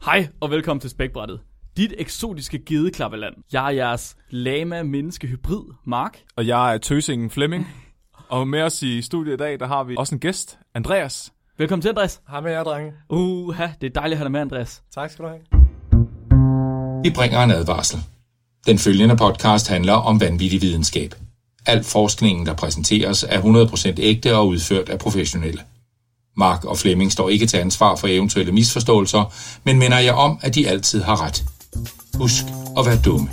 Hej og velkommen til Spækbrættet. Dit eksotiske gedeklappeland. Jeg er jeres lama-menneske-hybrid, Mark. Og jeg er tøsingen Flemming. Og med os i studiet i dag, der har vi også en gæst, Andreas. Velkommen til, Andreas. Hej med jer, drenge. Det er dejligt at have dig med, Andreas. Tak skal du have. Vi bringer en advarsel. Den følgende podcast handler om vanvittig videnskab. Al forskningen, der præsenteres, er 100% ægte og udført af professionelle. Mark og Flemming står ikke til ansvar for eventuelle misforståelser, men minder jer om, at de altid har ret. Husk at være dumme.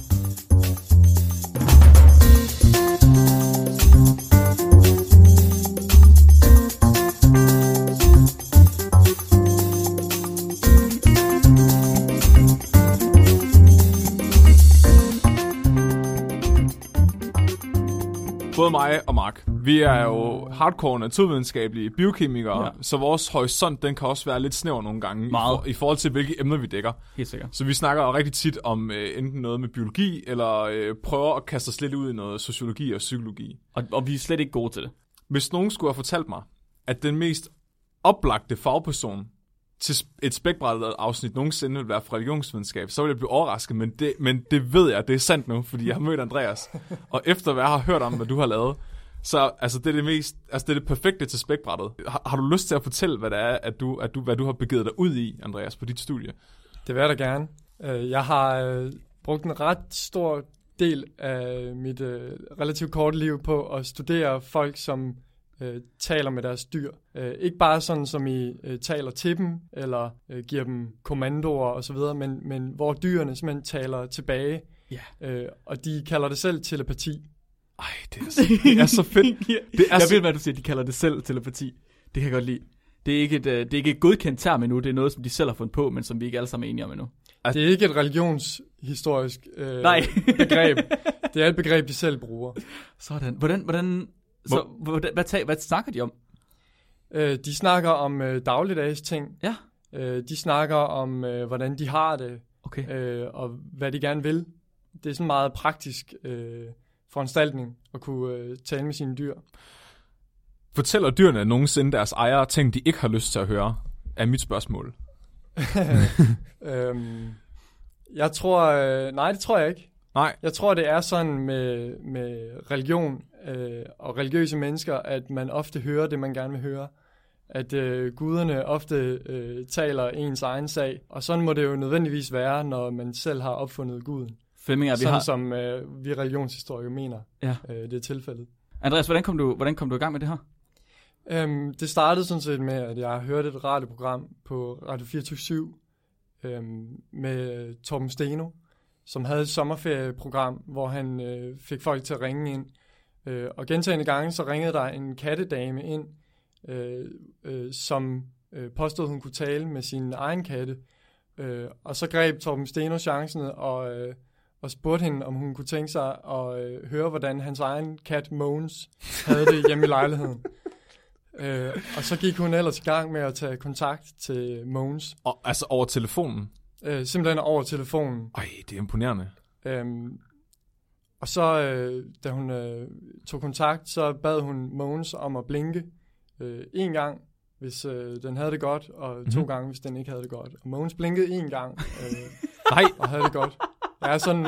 Både mig og Mark, vi er jo hardcore naturvidenskabelige biokemikere, så vores horisont, den kan også være lidt snæver nogle gange i forhold til, hvilke emner vi dækker. Helt sikkert. Så vi snakker rigtig tit om enten noget med biologi, eller prøver at kaste os lidt ud i noget sociologi og psykologi. Og vi er slet ikke gode til det. Hvis nogen skulle have fortalt mig, at den mest oplagte fagperson til et spækbrættet afsnit nogensinde vil være fra religionsvidenskab, så vil jeg blive overrasket, men det ved jeg, det er sandt nu, fordi jeg har mødt Andreas. Og efter hvad jeg har hørt om, hvad du har lavet, så altså, det er det perfekte til spækbrættet. Har du lyst til at fortælle, hvad det er, hvad du har begivet dig ud i, Andreas, på dit studie? Det vil jeg da gerne. Jeg har brugt en ret stor del af mit relativt korte liv på at studere folk, som taler med deres dyr. Ikke bare sådan, som I taler til dem, eller giver dem kommandoer osv., men hvor dyrene simpelthen taler tilbage. Yeah. Og de kalder det selv telepati. Ej, det er så fedt. Jeg ved, hvad du siger, de kalder det selv telepati. Det kan jeg godt lide. Det er ikke et godkendt term endnu, det er noget, som de selv har fundet på, men som vi ikke alle sammen er enige om endnu. Det er ikke et religionshistorisk begreb. Det er et begreb, de selv bruger. Sådan. Hvad snakker de om? De snakker om dagligdags ting. Ja. De snakker om, hvordan de har det, okay. Og hvad de gerne vil. Det er sådan en meget praktisk foranstaltning at kunne tale med sine dyr. Fortæller dyrene nogensinde deres ejere ting, de ikke har lyst til at høre, er mit spørgsmål. Jeg tror... nej, det tror jeg ikke. Nej. Jeg tror, det er sådan med religion og religiøse mennesker, at man ofte hører det, man gerne vil høre. At guderne ofte taler ens egen sag. Og sådan må det jo nødvendigvis være, når man selv har opfundet guden. Flemming, som vi religionshistorikere mener, det er tilfældet. Andreas, hvordan kom du i gang med det her? Det startede sådan set med, at jeg hørte et radioprogram på Radio 24/7 med Torben Steno, som havde et sommerferieprogram, hvor han fik folk til at ringe ind. Og gentagne gange, så ringede der en kattedame ind, som påstod, hun kunne tale med sin egen katte. Og så greb Torben Steno chancen og spurgte hende, om hun kunne tænke sig at høre, hvordan hans egen kat Mogens havde det hjemme i lejligheden. Og så gik hun ellers i gang med at tage kontakt til Mogens. Og altså over telefonen? Simpelthen over telefonen. Ej, det er imponerende. Og så, da hun tog kontakt, så bad hun Mogens om at blinke en gang, hvis den havde det godt, og 2 gange, hvis den ikke havde det godt. Og Mogens blinkede 1 gang, og havde det godt. Jeg er sådan...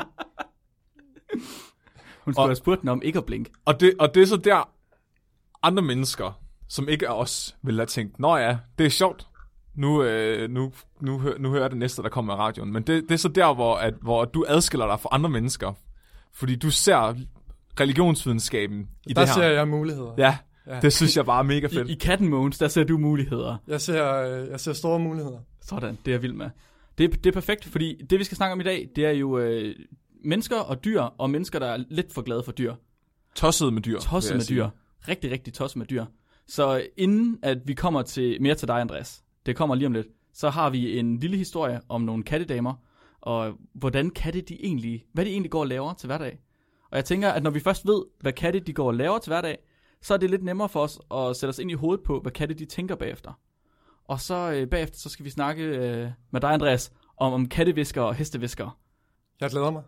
Hun skulle have spurgt den om ikke at blinke. Og det er så der, andre mennesker, som ikke er os, vil have tænkt, nå ja, det er sjovt. Nu hører jeg det næste, der kommer i radioen. Men det er så der, hvor du adskiller dig fra andre mennesker. Fordi du ser religionsvidenskaben i det her. Der ser jeg muligheder. Ja, det synes jeg bare er mega fedt. I katten, Mogens, der ser du muligheder. Jeg ser store muligheder. Sådan, det er jeg vild med. Det er perfekt, fordi det, vi skal snakke om i dag, det er jo mennesker og dyr, og mennesker, der er lidt for glade for dyr. Tosset med dyr. Tosset med dyr. Rigtig, rigtig tosset med dyr. Så inden at vi kommer mere til dig, Andreas, det kommer lige om lidt, så har vi en lille historie om nogle kattedamer, og hvordan hvad de egentlig går og laver til hverdag. Og jeg tænker, at når vi først ved, hvad katte de går og laver til hverdag, så er det lidt nemmere for os at sætte os ind i hovedet på, hvad katte de tænker bagefter. Og så bagefter, så skal vi snakke med dig, Andreas, om kattevisker og hestevisker. Jeg glæder mig.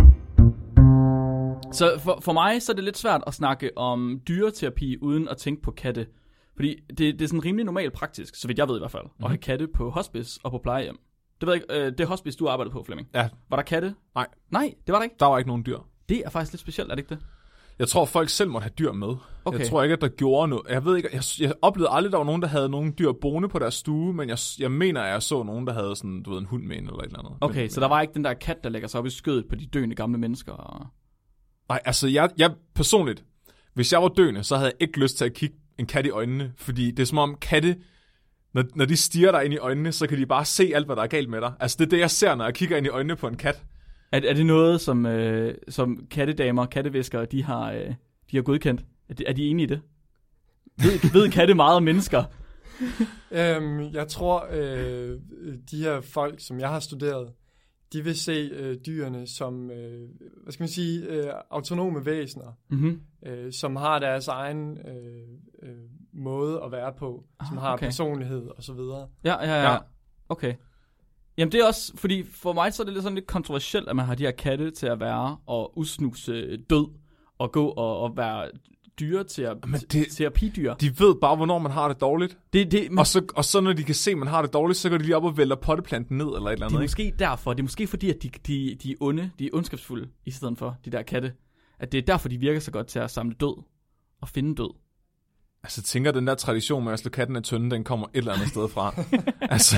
Så for mig, så er det lidt svært at snakke om dyreterapi, uden at tænke på katte. Fordi det er sådan rimelig normalt praktisk, så vidt jeg ved i hvert fald, at have katte på hospice og på plejehjem. Det ved jeg ikke, det hospice, du arbejdede på, Flemming. Ja. Var der katte? Nej. Nej, det var der ikke. Der var ikke nogen dyr. Det er faktisk lidt specielt, er det ikke det? Jeg tror, folk selv måtte have dyr med. Okay. Jeg tror ikke, at der gjorde noget. Jeg ved ikke, jeg oplevede aldrig, at der var nogen, der havde nogle dyr boende på deres stue, men jeg mener, at jeg så nogen, der havde sådan, du ved, en hund med eller et eller andet. Okay, så der var ikke den der kat, der lægger sig op i skødet på de døende gamle mennesker? Og... Nej, altså jeg personligt, hvis jeg var døende, så havde jeg ikke lyst til at kigge en kat i øjnene, fordi det er som om katte, når de stirrer dig ind i øjnene, så kan de bare se alt, hvad der er galt med dig. Altså det er det, jeg ser, når jeg kigger ind i øjnene på en kat. Er det noget, som kattedamer, katteviskere, de har godkendt? Er de enige i det? Ved katte meget om mennesker? Jeg tror, de her folk, som jeg har studeret, de vil se dyrene som, hvad skal man sige, autonome væsener, som har deres egen måde at være på, som har personlighed og så videre. Ja. Okay. Jamen det er også, fordi for mig så er det sådan lidt kontroversielt, at man har de her katte til at være og usnuse død, og gå og være dyre til at terapidyr. De ved bare, hvornår man har det dårligt. Men, og så når de kan se, at man har det dårligt, så går de lige op og vælter potteplanten ned, eller et eller andet. Det er måske derfor. Det er måske fordi, at de er onde, de er ondskabsfulde, i stedet for de der katte. At det er derfor, de virker så godt til at samle død og finde død. Altså, tænker den der tradition med at slå katten af tønden, den kommer et eller andet sted fra. Altså.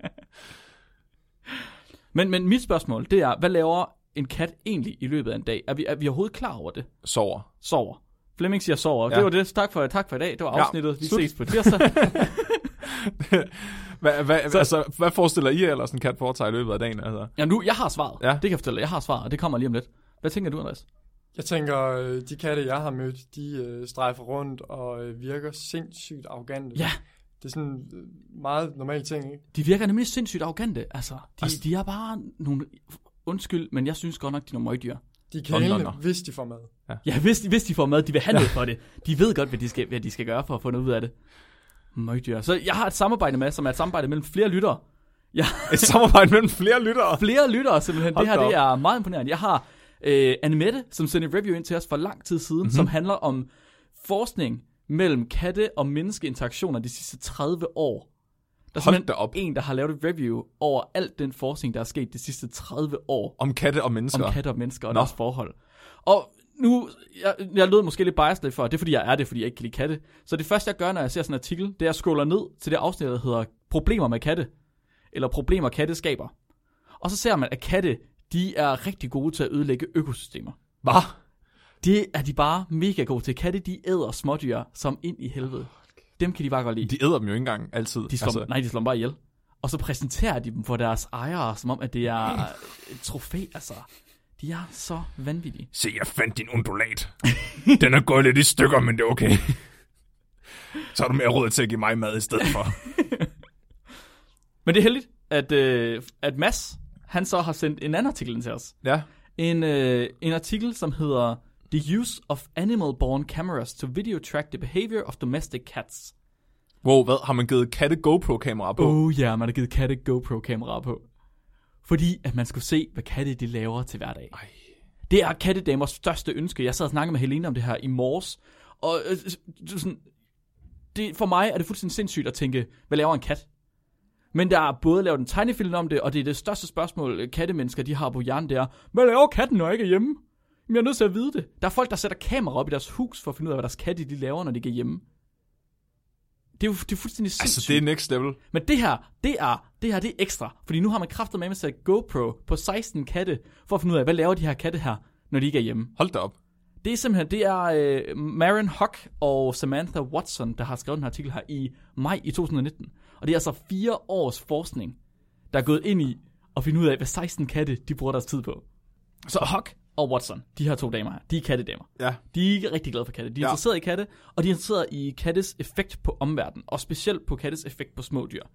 Men mit spørgsmål, det er, hvad laver en kat egentlig i løbet af en dag? Er vi overhovedet klar over det? Sover. Flemming siger sover. Ja. Det var det. Tak for i dag. Det var afsnittet. Vi ses på tirsdag. Hvad forestiller I ellers en kat foretager i løbet af dagen? Altså? Ja, jeg har svaret. Ja. Det kan jeg fortælle dig. Jeg har svaret, og det kommer lige om lidt. Hvad tænker du, Andreas? Jeg tænker, de katte, jeg har mødt, de strejfer rundt og virker sindssygt arrogante. Ja. Det er sådan meget normal ting, ikke? De virker nemlig sindssygt arrogante. Altså, de er bare nogle... Undskyld, men jeg synes godt nok, de er nogle møgdyr. De kan hele, hvis de får mad. Ja, hvis de får mad, de vil have noget for det. De ved godt, hvad de skal gøre for at få noget ud af det. Møgdyr. Så jeg har et samarbejde med, som er et samarbejde mellem flere lyttere. Et samarbejde mellem flere lyttere? Flere lyttere, simpelthen. Det her, det er meget imponerende. Jeg har Annemette, som sendte et review ind til os for lang tid siden, som handler om forskning mellem katte- og menneskeinteraktioner de sidste 30 år. Der er simpelthen en, der har lavet et review over alt den forskning, der er sket de sidste 30 år. Om katte og mennesker? Om katte og mennesker og deres forhold. Og nu, jeg lød måske lidt biased for, det er fordi jeg ikke kan lide katte. Så det første jeg gør, når jeg ser sådan en artikel, det er at jeg scroller ned til det afsnit, der hedder Problemer med katte. Eller Problemer katte skaber. Og så ser man, at katte, de er rigtig gode til at ødelægge økosystemer. Hvad? Det er de bare mega gode til. Katte, de æder smådyr som ind i helvede. Dem kan de bare godt lide. De æder dem jo ikke engang altid. De slår dem bare ihjel. Og så præsenterer de dem for deres ejere, som om, at det er et trofæ. Altså, de er så vanvittige. Se, jeg fandt din undulat. Den er gået lidt i stykker, men det er okay. Så har du mere råd til at give mig mad i stedet for. Men det er heldigt, at Mads, han så har sendt en anden artikel ind til os. Ja. En artikel, som hedder The Use of Animal-Borne Cameras to Video Track the Behavior of Domestic Cats. Wow, hvad? Har man givet katte GoPro-kameraer på? Ja, man har givet katte GoPro-kameraer på. Fordi at man skulle se, hvad katte de laver til hverdag. Ej. Det er kattedamers største ønske. Jeg sad og snakkede med Helene om det her i morges. Og for mig er det fuldstændig sindssygt at tænke, hvad laver en kat? Men der er både lavet en tegnefilm om det, og det er det største spørgsmål, kattemennesker de har på hjernen, det er, hvad laver katten, når jeg ikke er hjemme? Men jeg er nødt til at vide det. Der er folk, der sætter kamera op i deres hus, for at finde ud af, hvad deres katte de laver, når de ikke er hjemme. Det er fuldstændig sindssygt. Altså, det er next level. Men det her er ekstra. Fordi nu har man kraftet med sat GoPro på 16 katte, for at finde ud af, hvad laver de her katte her, når de ikke er hjemme. Hold da op. Det er simpelthen, Maren Hock og Samantha Watson, der har skrevet den her artikel her i maj i 2019. Og det er altså 4 års forskning, der er gået ind i at finde ud af, hvad 16 katte, de bruger deres tid på. Så Hock og Watson, de her 2 damer her, de er kattedamer. Ja. De er rigtig glade for katte. De er interesseret i katte, og de er interesseret i kattes effekt på omverdenen, og specielt på kattes effekt på små dyr.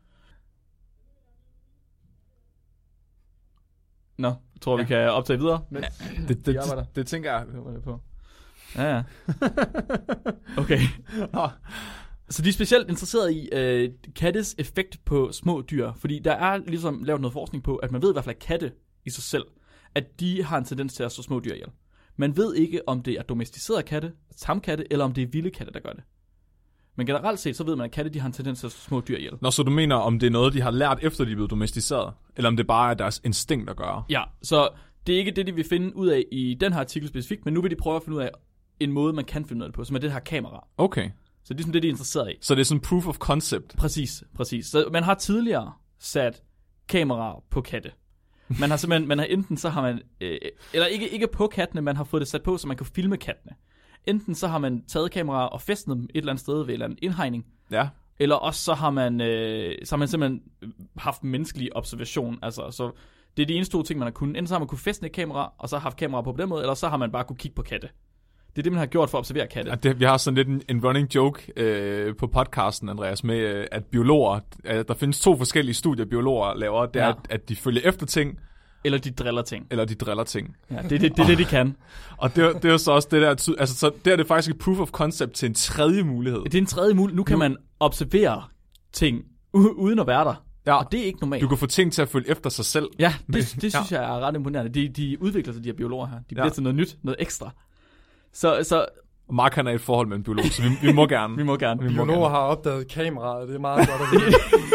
Nå, jeg tror, vi kan optage videre. Men det tænker jeg på. Ja. Okay. Så de er specielt interesseret i kattes effekt på små dyr, fordi der er ligesom lavet noget forskning på, at man ved i hvert fald, at katte i sig selv, at de har en tendens til at slå små dyr ihjel. Man ved ikke, om det er domesticerede katte, tamkatte, eller om det er vilde katte, der gør det. Men generelt set, så ved man, at katte de har en tendens til at slå små dyr ihjel. Nå, så du mener, om det er noget, de har lært efter de er blevet domesticeret? Eller om det bare er deres instinkt at gøre? Ja, så det er ikke det, de vil finde ud af i den her artikel specifikt, men nu vil de prøve at finde ud af en måde, man kan finde ud af det på, som er det her kamera. Okay. Så det er ligesom det, de er interesseret i. Så det er sådan proof of concept? Præcis. Så man har tidligere sat kameraer på katte. Man har enten så har man, eller ikke på kattene, man har fået det sat på, så man kan filme kattene. Enten så har man taget kameraer og festet dem et eller andet sted ved en eller anden indhegning. Ja. Eller også så har man simpelthen haft menneskelig observation. Altså, så det er de eneste 2 ting, man har kunnet. Enten så har man kunne feste et kamera, og så har haft kameraer på den måde, eller så har man bare kunne kigge på katte. Det er det, man har gjort for at observere katte. Ja, vi har sådan lidt en running joke på podcasten, Andreas, med at biologer, der findes 2 forskellige studier, biologer laver, det er, at de følger efter ting. Eller de driller ting. Ja, det er det, de kan. Og det er jo så også det der, altså så det er det faktisk et proof of concept til en tredje mulighed. Det er en tredje mulighed. Nu kan man observere ting uden at være der. Ja. Og det er ikke normalt. Du kan få ting til at følge efter sig selv. Ja, det synes jeg er ret imponerende. De udvikler sig, de her biologer her. De bliver til noget nyt, noget ekstra. Så og Mark han er i et forhold med en biolog, så vi må gerne. vi må gerne. Biologer har opdaget kameraet, det er meget godt at vide.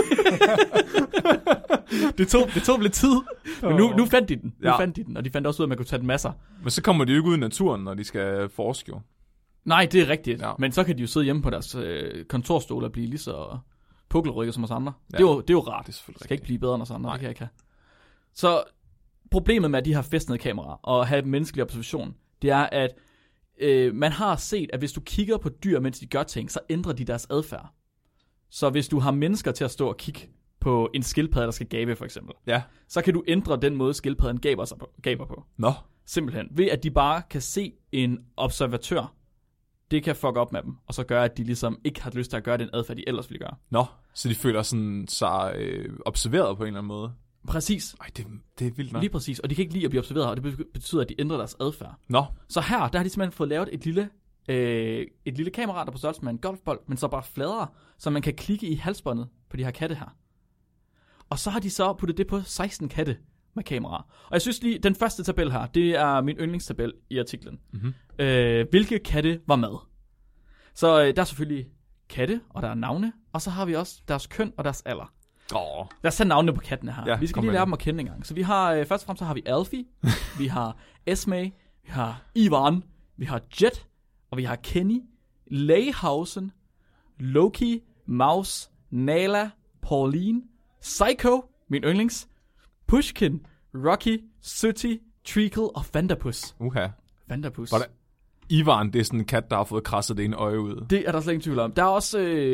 det tog lidt tid, men nu fandt de den. Fandt de den, og de fandt også ud af, at man kunne tage den masser. Men så kommer de jo ikke ud i naturen, når de skal forske jo. Nej, det er rigtigt. Ja. Men så kan de jo sidde hjemme på deres kontorstol og blive lige så pukkelrykket som os andre. Ja. Det er jo rart. Det skal ikke blive bedre end os andre. Nej. Det kan jeg ikke have. Så problemet med de her fæstnede kameraer og have menneskelig observation, det er, at man har set, at hvis du kigger på dyr, mens de gør ting, så ændrer de deres adfærd. Så hvis du har mennesker til at stå og kigge på en skildpadde, der skal gabe for eksempel, så kan du ændre den måde, skildpadden gaber på. Nå. Simpelthen. Ved at de bare kan se en observatør, det kan fuck op med dem, og så gøre, at de ligesom ikke har lyst til at gøre den adfærd, de ellers ville gøre. Nå, så de føler sådan sig observeret på en eller anden måde. Præcis. Ej, det er vildt nok. Lige præcis, og de kan ikke lide at blive observeret, og det betyder, at de ændrer deres adfærd. Nå. Så her, der har de simpelthen fået lavet et lille kamera, der på størrelse med en golfbold, men så bare fladere, så man kan klikke i halsbåndet på de her katte her. Og så har de så puttet det på 16 katte med kameraer. Og jeg synes lige, den første tabel her, det er min yndlingstabel i artiklen. Mm-hmm. Hvilke katte var med? Så der er selvfølgelig katte, og der er navne, og så har vi også deres køn og deres alder. Lad os tage navnene på kattene her. Ja, vi skal lige lære dem at kende en gang. Så vi har, først og fremmest så har vi Alfie, vi har Esme, vi har Ivan, vi har Jet, og vi har Kenny, Layhausen, Loki, Mouse, Nala, Pauline, Psycho, min yndlings, Pushkin, Rocky, Sooty, Treacle og Vanderpuss. Vanderpuss. Ivan, det er sådan en kat, der har fået krasset det ene øje ud. Det er der slet ingen tvivl om. Der er også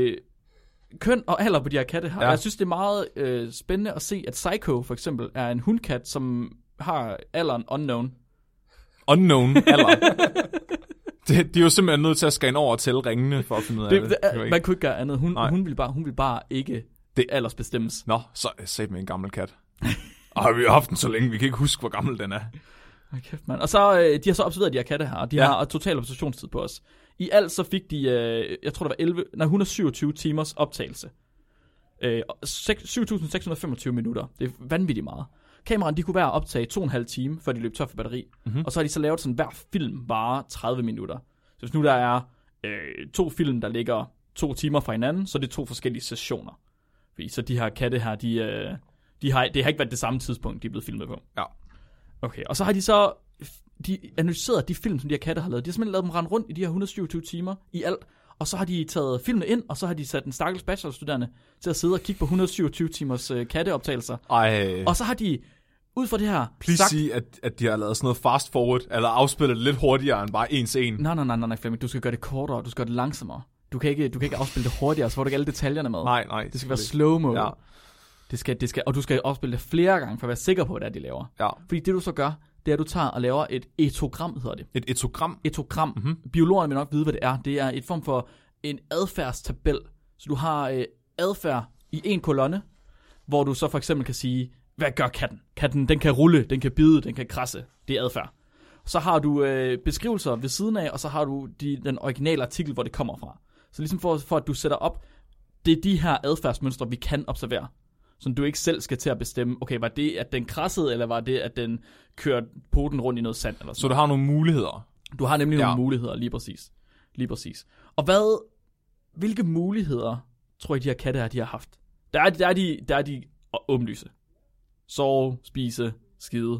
køn og alder på de her katte her. Ja. Jeg synes, det er meget spændende at se, at Psycho for eksempel er en hundkat, som har alderen unknown. Unknown alder? De er jo simpelthen nødt til at scanne over og tælle ringene for at finde ud af det. Man kunne ikke gøre andet. Hun vil bare ikke det aldersbestemmes. Nå, så sat med en gammel kat. Og vi har haft den så længe, vi kan ikke huske, hvor gammel den er. Kæft, mand. Og så, de har så observeret de her katte her, og de har total observationstid på os. I alt så fik de, jeg tror det var 127 timers optagelse. 7.625 minutter. Det er vanvittigt meget. Kameraerne, de kunne hver optage 2,5 time, før de løb tør for batteri. Mm-hmm. Og så har de så lavet sådan, hver film varer 30 minutter. Så hvis nu der er 2 film, der ligger 2 timer fra hinanden, så er det 2 forskellige sessioner. Fordi så de her katte her, det har ikke været det samme tidspunkt, de er blevet filmet på. Ja. Okay, og så har de analyseret de film, som de her katte har lavet. De har simpelthen lavet dem rende rundt i de her 127 timer i alt. Og så har de taget filmene ind, og så har de sat en stakkels bachelorstuderende til at sidde og kigge på 127 timers katteoptagelser. Ej. Og så har de, ud fra det her... Please sige, at de har lavet sådan noget fast forward, eller afspillet lidt hurtigere end bare 1-1. Nej, Flemming. Du skal gøre det kortere, du skal gøre det langsommere. Du kan ikke afspille det hurtigere, så får du ikke alle detaljerne med. Nej. Det skal være slow-mo. Ja. Det skal, og du skal afspille det flere gange, for at være sikker på, hvad de laver. Ja. Fordi det du så gør, det er, at du tager og laver et etogram, hedder det. Et etogram? Etogram. Mm-hmm. Biologerne vil nok vide, hvad det er. Det er et form for en adfærdstabel. Så du har adfærd i en kolonne, hvor du så for eksempel kan sige, hvad gør katten? Katten, den kan rulle, den kan bide, den kan krasse. Det er adfærd. Så har du beskrivelser ved siden af, og så har du den originale artikel, hvor det kommer fra. Så ligesom for at du sætter op, det er de her adfærdsmønstre, vi kan observere. Så du ikke selv skal til at bestemme, okay, var det, at den krassede, eller var det, at den kørte poten rundt i noget sand? Eller sådan. Så du har nogle muligheder? Du har nemlig nogle muligheder, lige præcis. Og hvad hvilke muligheder tror I, de her katte her, de har haft? Der er de åbenlyse. Sove, spise, skide.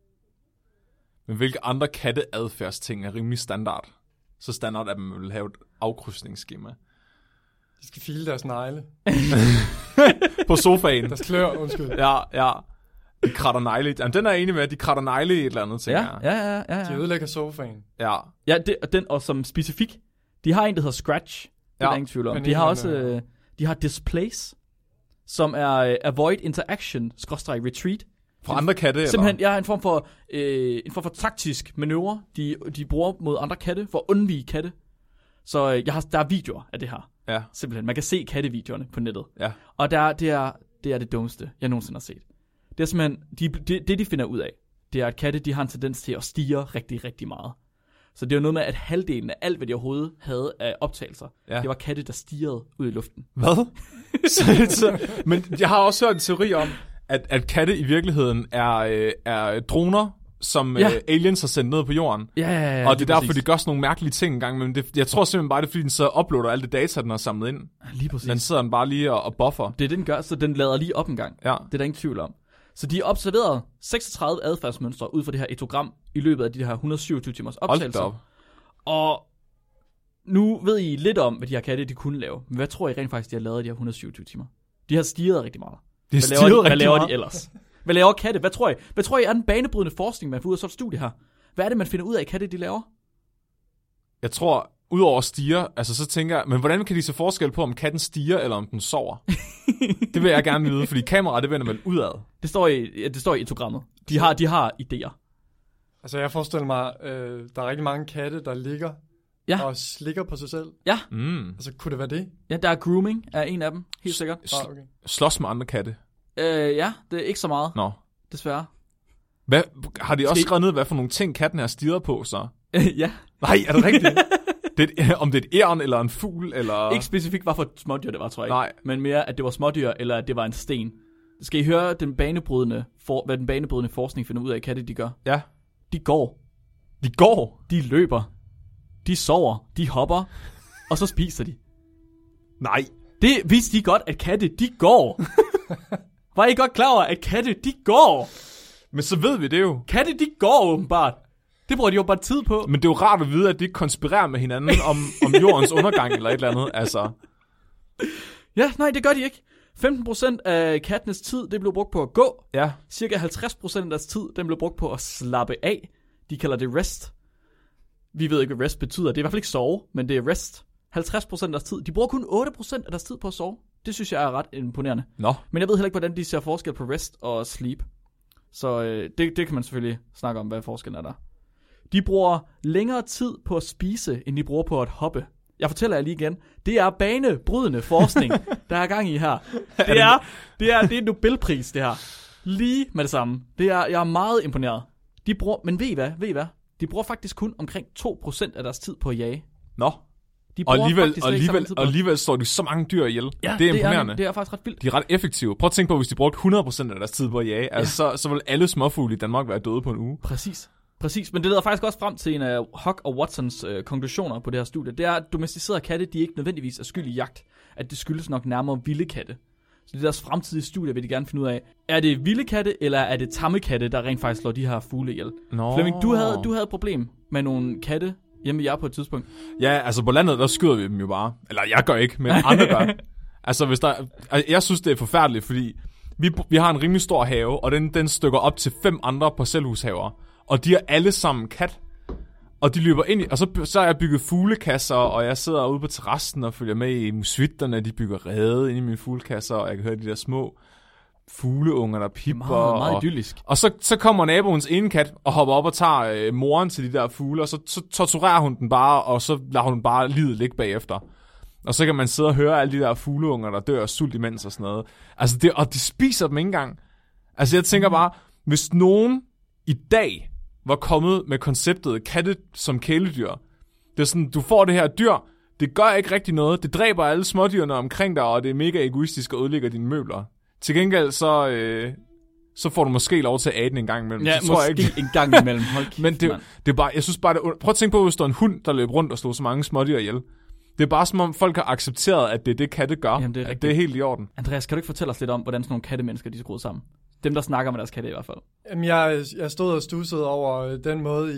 Men hvilke andre katteadfærdsting er rimelig standard? Så standard, at man vil have et afkrydsningsskema. De skal file deres negle. På sofaen. Deres klør, undskyld. Ja. De kratter negle. Jamen, den er jeg enig med, at de kratter negle i et eller andet, tænker jeg. Ja. De ødelægger sofaen. Ja. Ja, og som specifik, de har en, der hedder Scratch. Det er der ingen tvivl om. De har også, de har Displace, som er Avoid Interaction, /Retreat. For andre katte, simpelthen, eller? Ja, en form for taktisk manøvre, de bruger mod andre katte, for at undvige katte. Så der er videoer af det her. Ja. Simpelthen, man kan se kattevideoerne på nettet. Ja. Og det er det dummeste, jeg nogensinde har set. Det er simpelthen, de finder ud af, det er, at katte, de har en tendens til at stirre rigtig, rigtig meget. Så det er jo noget med, at halvdelen af alt, hvad de overhovedet havde af optagelser, det var katte, der stirrede ud i luften. Hvad? Men jeg har også hørt en teori om, at katte i virkeligheden er droner, som aliens har sendt ned på jorden. Ja, og det er derfor, de gør sådan nogle mærkelige ting engang. Men jeg tror simpelthen bare, det er fordi, den så uploader alt det data, den har samlet ind. Lige præcis. Den sidder den bare lige og buffer. Det er det, den gør, så den lader lige op en gang. Ja. Det er der ingen tvivl om. Så de har observeret 36 adfærdsmønstre ud fra det her etogram i løbet af de her 127 timers optagelser. Og nu ved I lidt om, hvad de her katte de kunne lave. Men hvad tror I rent faktisk, de har lavet i de her 127 timer? De har stirret rigtig meget. Hvad laver de ellers? Hvad laver katte? Hvad tror I er den banebrydende forskning, man får ud af sådan et studie her? Hvad er det, man finder ud af, katte de laver? Jeg tror, udover at stirre, altså så tænker jeg, men hvordan kan de så forskel på, om katten stiger, eller om den sover? Det vil jeg gerne vide, fordi kameraet, det vender vel udad. Det står i etogrammet. De har idéer. Altså jeg forestiller mig, der er rigtig mange katte, der ligger og slikker på sig selv. Ja. Altså kunne det være det? Ja, der er grooming af en af dem, helt sikkert. Okay. Slås med andre katte? Ja, det er ikke så meget. Nå. Desværre. Hvad, har de også skrevet ned, hvad for nogle ting katten har stirret på, så? Ja. Nej, er det rigtigt? Om det er et æren eller en fugl, eller... Ikke specifikt, hvad for et smådyr det var, tror jeg ikke. Nej. Men mere, at det var smådyr, eller at det var en sten. Skal I høre hvad den banebrydende forskning finder ud af, katte de gør? Ja. De går. De går? De løber. De sover. De hopper. Og så spiser de. Nej. Det vidste de godt, at katte, de går. Var I godt klar over, at katte, de går? Men så ved vi det jo. Katte, de går åbenbart. Det bruger de jo bare tid på. Men det er jo rart at vide, at de ikke konspirerer med hinanden om jordens undergang eller et eller andet. Altså. Ja, nej, det gør de ikke. 15% af kattenes tid, det blev brugt på at gå. Ja. Cirka 50% af deres tid, den blev brugt på at slappe af. De kalder det rest. Vi ved ikke, hvad rest betyder. Det er i hvert fald ikke sove, men det er rest. 50% af deres tid. De bruger kun 8% af deres tid på at sove. Det synes jeg er ret imponerende. Nå. Men jeg ved heller ikke, hvordan de ser forskel på rest og sleep. Så det kan man selvfølgelig snakke om, hvad forskellen er der. De bruger længere tid på at spise, end de bruger på at hoppe. Jeg fortæller jer lige igen. Det er banebrydende forskning, der er gang i her. Det er en Nobelpris, det her. Lige med det samme. Jeg er meget imponeret. Men ved I hvad? De bruger faktisk kun omkring 2% af deres tid på at jage. Nå. Og alligevel står de så mange dyr ihjel. Ja, det er imponerende. Det er faktisk ret vildt. De er ret effektive. Prøv at tænke på, hvis de brugte 100% af deres tid på at jage, altså, så vil alle småfugle i Danmark være døde på en uge. Præcis, men det leder faktisk også frem til en af Hock og Watsons konklusioner på det her studie. Det er, at domesticerede katte, de ikke nødvendigvis er skyld i jagt. At det skyldes nok nærmere vilde katte. Så det er deres fremtidige studie, vil de gerne finde ud af. Er det vilde katte, eller er det tamme katte, der rent faktisk slår de her fugle ihjel? Flemming, du havde et problem med nogle katte hjemme i jer på et tidspunkt. Ja, altså på landet, der skyder vi dem jo bare. Eller jeg gør ikke, men andre gør. Altså, jeg synes, det er forfærdeligt, fordi vi har en rimelig stor have, og den stykker op til 5 andre parcelhushaver. Og de er alle sammen kat. Og de løber ind i, og så har jeg bygget fuglekasser, og jeg sidder ude på terrassen og følger med i musvitterne. De bygger rede ind i mine fuglekasser, og jeg kan høre de der små fugleunger, der pipper. Meget idyllisk. Og så kommer naboens ene kat og hopper op og tager moren til de der fugle, og så torturerer hun den bare, og så lader hun bare livet ligge bagefter. Og så kan man sidde og høre alle de der fugleunger, der dør af sult imens og sådan noget. Altså og de spiser dem ikke engang. Altså jeg tænker bare, hvis nogen i dag var kommet med konceptet katte som kæledyr. Det er sådan, du får det her dyr, det gør ikke rigtig noget, det dræber alle smådyrene omkring dig, og det er mega egoistisk og ødelægger dine møbler. Til gengæld, så får du måske lov til at æde den en gang imellem. Ja, så måske ikke en gang imellem. Hold kæft, men det er bare, jeg synes bare, prøv at tænke på, hvis der er en hund, der løber rundt og slår så mange smådyr ihjel. Det er bare som om folk har accepteret, at det er det, katte gør. Jamen, det er at det er helt i orden. Andreas, kan du ikke fortælle os lidt om, hvordan sådan nogle kattemennesker, de er skruet sammen? Dem, der snakker med deres katte i hvert fald. Jamen, jeg stod og stussede over den måde,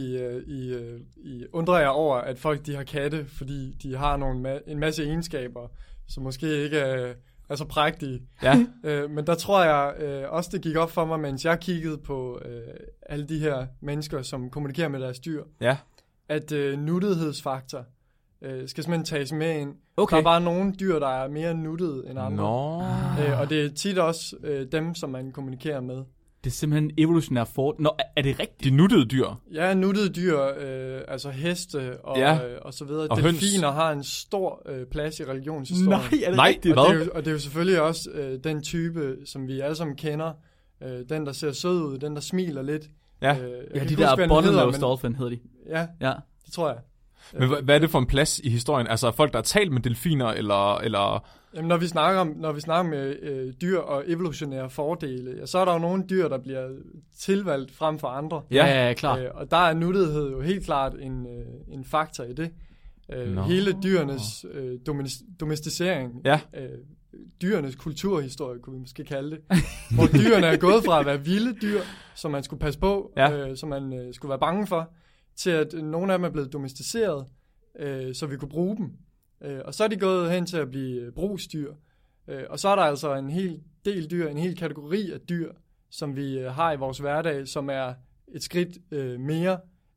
I undrer jer over, at folk de har katte, fordi de har en masse egenskaber, som måske ikke er så prægtige. Ja. Men der tror jeg også, det gik op for mig, mens jeg kiggede på alle de her mennesker, som kommunikerer med deres dyr, Ja. at nuttighedsfaktor skal simpelthen tages med ind. Okay. Der er bare nogle dyr, der er mere nuttede end andre. Og det er tit også dem, som man kommunikerer med. Det er simpelthen evolutionær Nå, er det rigtigt? De nuttede dyr. Ja, nuttede dyr, altså heste og så videre. Og delfiner har en stor plads i religionshistorien. Nej, er det Nej, rigtigt? Og det er jo selvfølgelig også den type, som vi alle sammen kender. Den, der ser sød ud, den, der smiler lidt. Ja. Ja, de der bottlenose dolphin hedder de. Ja, det tror jeg. Men hvad er det for en plads i historien? Altså folk, der har talt med delfiner, eller... Jamen, når vi snakker med dyr og evolutionære fordele, så er der jo nogle dyr, der bliver tilvalgt frem for andre. Ja, klart. Og der er nuttighed jo helt klart en faktor i det. Hele dyrenes domesticering, dyrenes kulturhistorie, kunne vi måske kalde det. Hvor dyrene er gået fra at være vilde dyr, som man skulle passe på, som man skulle være bange for, til at nogle af dem er blevet domesticeret, så vi kunne bruge dem. Og så er de gået hen til at blive brugsdyr. Og så er der altså en hel del dyr, en hel kategori af dyr, som vi har i vores hverdag, som er et skridt mere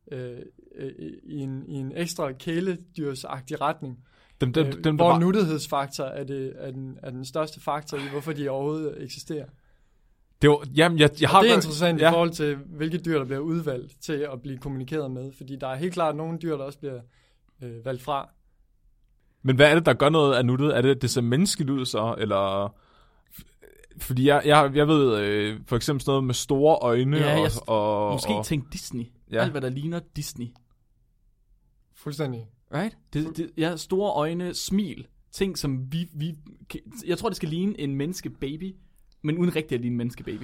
i en ekstra kæledyrsagtig retning. Hvor nuttighedsfaktor er den største faktor i, hvorfor de overhovedet eksisterer. Det er interessant i forhold til, hvilke dyr, der bliver udvalgt til at blive kommunikeret med. Fordi der er helt klart nogle dyr, der også bliver valgt fra. Men hvad er det, der gør noget af nuttet? Er det ser menneskeligt ud så? Eller... Fordi jeg ved for eksempel sådan noget med store øjne. Og måske tænk Disney. Ja. Alt, hvad der ligner Disney. Fuldstændig. Right? Store øjne, smil. Ting, som vi... Jeg tror, det skal ligne en menneskebaby, men uden rigtig at ligne en menneskebaby.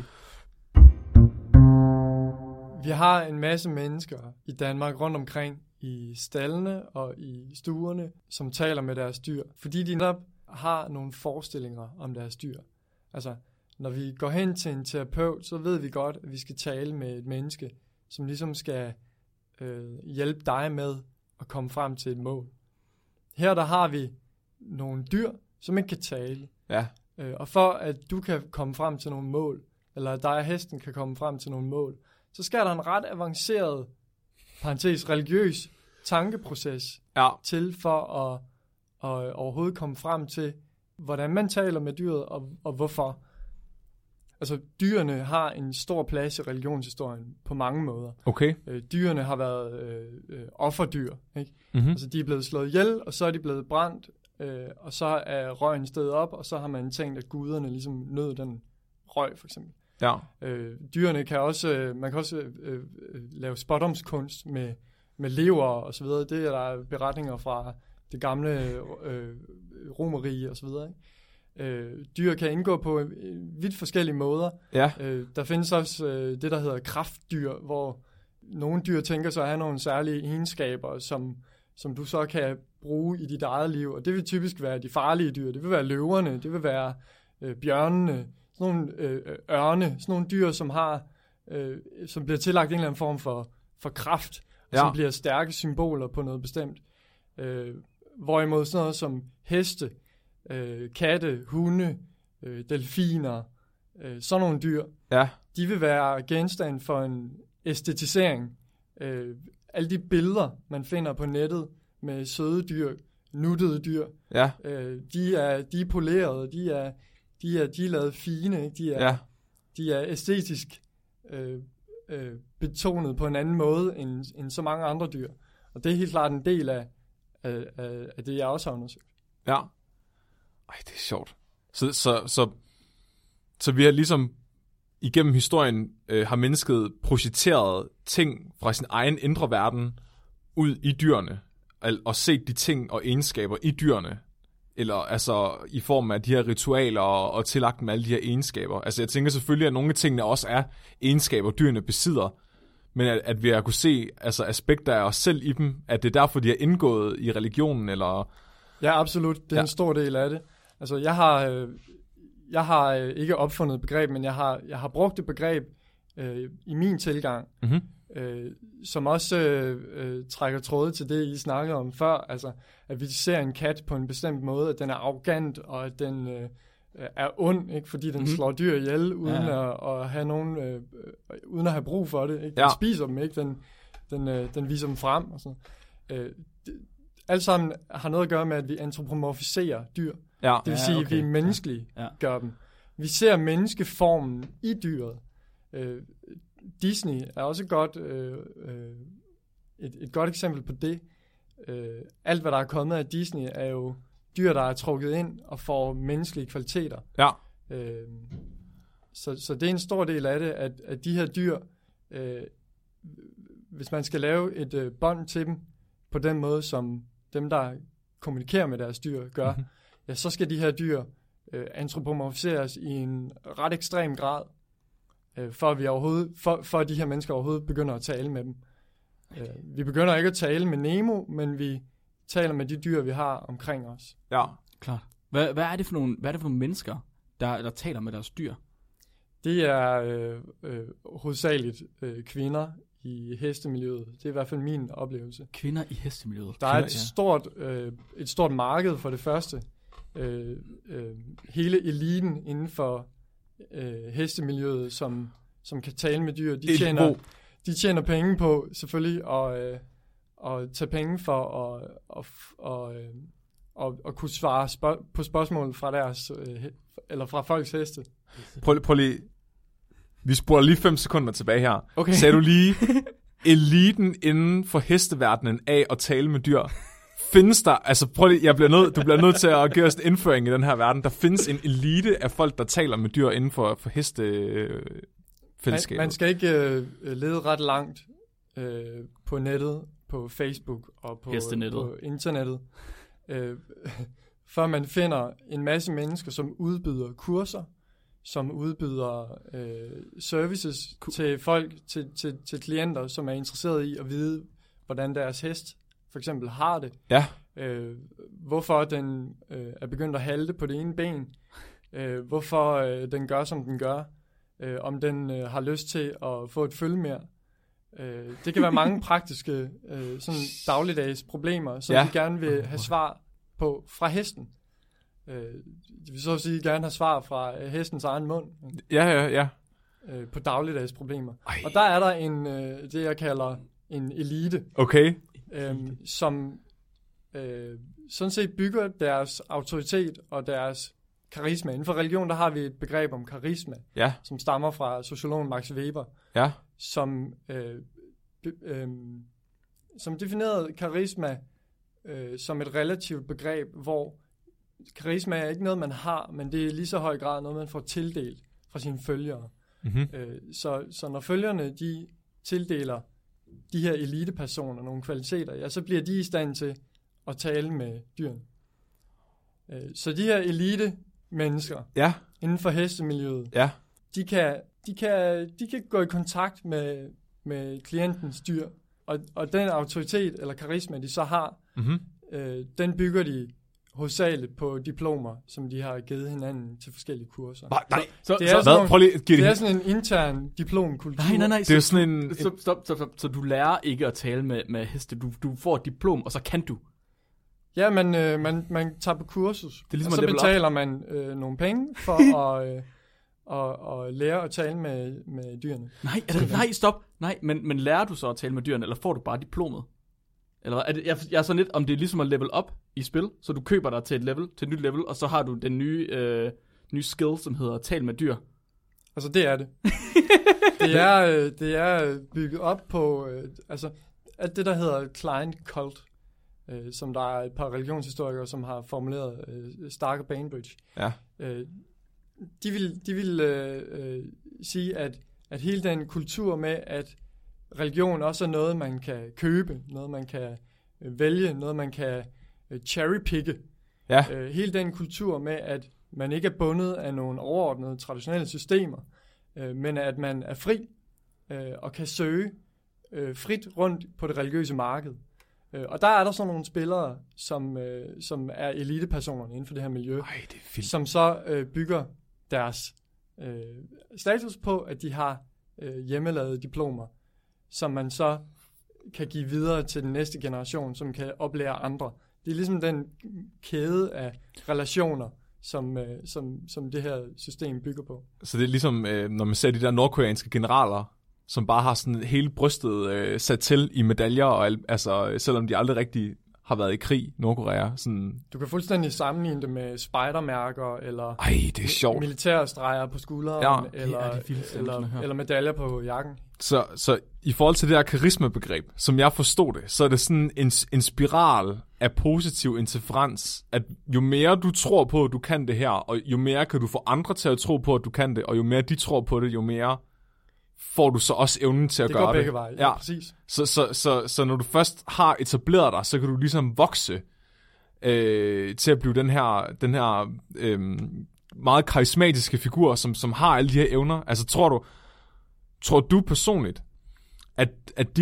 Vi har en masse mennesker i Danmark rundt omkring i staldene og i stuerne, som taler med deres dyr, fordi de netop har nogle forestillinger om deres dyr. Altså, når vi går hen til en terapeut, så ved vi godt, at vi skal tale med et menneske, som ligesom skal hjælpe dig med at komme frem til et mål. Her der har vi nogle dyr, som ikke kan tale. Ja. Og for at du kan komme frem til nogle mål, eller at dig og hesten kan komme frem til nogle mål, så skal der en ret avanceret, religiøs tankeproces til for at overhovedet komme frem til, hvordan man taler med dyret, og hvorfor. Altså, dyrene har en stor plads i religionshistorien på mange måder. Okay. Dyrene har været offerdyr, ikke? Mm-hmm. Altså, de er blevet slået ihjel, og så er de blevet brændt, og så er røgen steget op, og så har man tænkt, at guderne ligesom nød den røg, for eksempel. Ja. Dyrene kan også, man kan også lave spådomskunst med lever og så videre. Det er der beretninger fra det gamle Romerrige og så videre, ikke? Dyr kan indgå på vidt forskellige måder. Ja. Der findes også det, der hedder kraftdyr, hvor nogle dyr tænker sig at have nogle særlige egenskaber, som du så kan bruge i dit eget liv. Og det vil typisk være de farlige dyr. Det vil være løverne, det vil være bjørnene, sådan nogle ørne, sådan nogle dyr, som bliver tillagt en eller anden form for kraft, som bliver stærke symboler på noget bestemt. Hvorimod sådan noget som heste, katte, hunde, delfiner, sådan nogle dyr, de vil være genstand for en æstetisering. Alle de billeder, man finder på nettet med søde dyr, nuttede dyr, de er polerede, de er lavet fine, ikke? De er æstetisk betonet på en anden måde end så mange andre dyr. Og det er helt klart en del af det, jeg også har undersøgt. Ja. Ej, det er sjovt. Så vi har ligesom igennem historien har mennesket projiceret ting fra sin egen indre verden ud i dyrene, og set de ting og egenskaber i dyrene, eller altså i form af de her ritualer og tillagt dem alle de her egenskaber. Altså jeg tænker selvfølgelig, at nogle af tingene også er egenskaber, dyrene besidder, men at vi har kunne se altså aspekter af os selv i dem, at det er derfor, de har indgået i religionen, eller... Ja, absolut. Det er en stor del af det. Altså, jeg har ikke opfundet et begreb, men jeg har brugt et begreb i min tilgang, som også trækker tråde til det, I snakkede om før. Altså, at vi ser en kat på en bestemt måde, at den er arrogant, og at den er ond, ikke? Fordi den slår dyr ihjel, uden at have nogen, uden at have brug for det. Ikke? Den spiser dem ikke, den viser dem frem. Og sådan. Alt sammen har noget at gøre med, at vi antropomorfiserer dyr. Ja. Det vil sige, at vi menneskelige gør dem. Vi ser menneskeformen i dyret. Disney er også et godt eksempel på det. Alt, hvad der er kommet af Disney, er jo dyr, der er trukket ind og får menneskelige kvaliteter. Ja. Så det er en stor del af det, at de her dyr, hvis man skal lave et bånd til dem, på den måde, som dem, der kommunikerer med deres dyr, gør, ja, så skal de her dyr antropomorfiseres i en ret ekstrem grad, for at de her mennesker overhovedet begynder at tale med dem. Vi begynder ikke at tale med Nemo, men vi taler med de dyr, vi har omkring os. Ja, klart. Hvad er det for nogle mennesker, der taler med deres dyr? Det er hovedsageligt kvinder i hestemiljøet. Det er i hvert fald min oplevelse. Kvinder i hestemiljøet. Der er et stort marked for det første. Hele eliten inden for hestemiljøet, som kan tale med dyr, de tjener penge på selvfølgelig at tage penge for at kunne svare på spørgsmål fra deres eller fra folks heste. Prøv lige. Vi spoler lige 5 sekunder tilbage her. Okay. Sagde du lige eliten inden for hesteverdenen af at tale med dyr? Findes der, altså prøv lige, du bliver nødt til at give os en indføring i den her verden. Der findes en elite af folk, der taler med dyr inden for hestefællesskabet. Man skal ikke lede ret langt på nettet, på Facebook og på internettet, før man finder en masse mennesker, som udbyder kurser, som udbyder services til folk, til klienter, som er interesseret i at vide, hvordan deres hest for eksempel har det. Ja. Hvorfor den er begyndt at halte på det ene ben. Hvorfor den gør, som den gør. Om den har lyst til at få et følge mere. Det kan være mange praktiske sådan dagligdags problemer, som vi gerne vil have svar på fra hesten. Det vil så sige gerne have svar fra hestens egen mund. Ja. På dagligdags problemer. Og der er der det, jeg kalder en elite. Okay. Som sådan set bygger deres autoritet og deres karisma. Inden for religion, der har vi et begreb om karisma, som stammer fra sociologen Max Weber, som definerede karisma som et relativt begreb, hvor karisma er ikke noget, man har, men det er lige så høj grad noget, man får tildelt fra sine følgere. Så når følgerne, de tildeler de her elitepersoner nogle kvaliteter, ja, så bliver de i stand til at tale med dyrene. Så de her elite-mennesker inden for hestemiljøet, de kan gå i kontakt med klientens dyr, og den autoritet eller karisma, de så har, den bygger de hovedsageligt på diplomer, som de har givet hinanden til forskellige kurser. Nej. Det er sådan en intern diplomkultur. Nej. Det er sådan en... Stop. Så du lærer ikke at tale med heste. Du får et diplom, og så kan du. Ja, man tager på kursus, det er ligesom, og så betaler man nogle penge for at lære at tale med dyrene. Nej, stop. Nej, men lærer du så at tale med dyrene, eller får du bare diplomet? Eller er det, jeg er sådan lidt, om det er ligesom at level up i spil, så du køber dig til et nyt level, og så har du den nye skill, som hedder tal med dyr. Altså det er det. det er bygget op på alt det, der hedder client cult, som der er et par religionshistorikere, som har formuleret Stark og Bainbridge. Ja. De vil sige, at hele den kultur med, at religion også er noget, man kan købe, noget, man kan vælge, noget, man kan cherrypicke. Ja. Hele den kultur med, at man ikke er bundet af nogle overordnede traditionelle systemer, men at man er fri og kan søge frit rundt på det religiøse marked. Og der er der sådan nogle spillere, som er elitepersoner inden for det her miljø, Det er vildt. som så bygger deres status på, at de har hjemmelavede diplomer, som man så kan give videre til den næste generation, som kan oplære andre. Det er ligesom den kæde af relationer, som det her system bygger på. Så det er ligesom, når man ser de der nordkoreanske generaler, som bare har sådan hele brystet sat til i medaljer, og altså, selvom de aldrig rigtig har været i krig, Nordkorea. Sådan. Du kan fuldstændig sammenligne det med spejdermærker, eller Det er sjovt. militærstreger på skulderen, Ja, eller medaljer på jakken. Så i forhold til det her karismabegreb, som jeg forstod det, så er det sådan en spiral af positiv interferens, at jo mere du tror på, at du kan det her, og jo mere kan du få andre til at tro på, at du kan det, og jo mere de tror på det, jo mere får du så også evnen til at gøre det. Det går begge veje, ja, præcis. Så når du først har etableret dig, så kan du ligesom vokse til at blive den her meget karismatiske figur, som har alle de her evner. Altså tror du personligt, at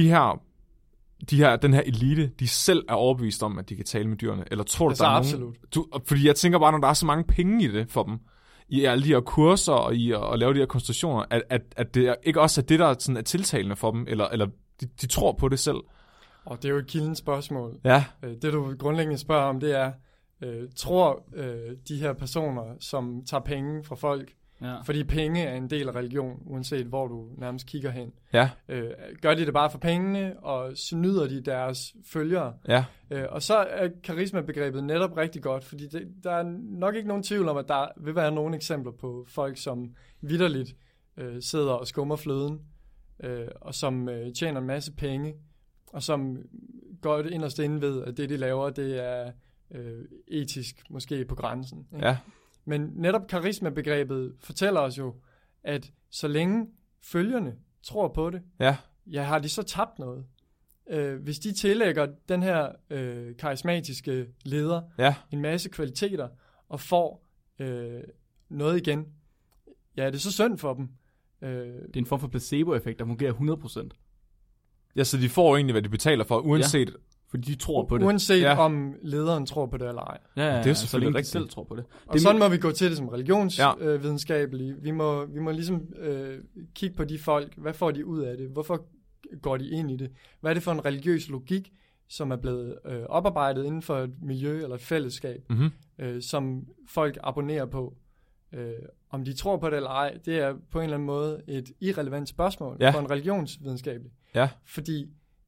den her elite, de selv er overbevist om, at de kan tale med dyrene? Eller tror du, altså, der er absolut. Fordi jeg tænker bare, når der er så mange penge i det for dem, i alle de her kurser og i at lave de her konstruktioner, at det ikke også er det, der sådan er tiltalende for dem, eller de tror på det selv. Og det er jo et kildent spørgsmål. Ja. Det du grundlæggende spørger om, det er, tror de her personer, som tager penge fra folk, fordi penge er en del af religion, uanset hvor du nærmest kigger hen. Ja. Gør de det bare for pengene, og snyder de deres følgere? Ja. Og så er karismabegrebet netop rigtig godt, fordi der er nok ikke nogen tvivl om, at der vil være nogle eksempler på folk, som vitterligt sidder og skummer fløden, og som tjener en masse penge, og som godt inderst inde ved, at det, de laver, det er etisk måske på grænsen. Ikke? Ja. Men netop karismabegrebet fortæller os jo, at så længe følgerne tror på det, har de så tabt noget. Hvis de tillægger den her karismatiske leder en masse kvaliteter og får noget igen, er det så synd for dem. Det er en form for placebo-effekt, der fungerer 100%. Ja, så de får egentlig, hvad de betaler for, uanset... Fordi de tror på det. Uanset om lederen tror på det eller ej. Ja, det er selvfølgelig selvfølgelig rigtigt. Selv tror på det. Og sådan må vi gå til det som religionsvidenskabelige. Vi må ligesom kigge på de folk. Hvad får de ud af det? Hvorfor går de ind i det? Hvad er det for en religiøs logik, som er blevet oparbejdet inden for et miljø eller et fællesskab, som folk abonnerer på? Om de tror på det eller ej, det er på en eller anden måde et irrelevant spørgsmål for en religionsvidenskabelig. Ja. Fordi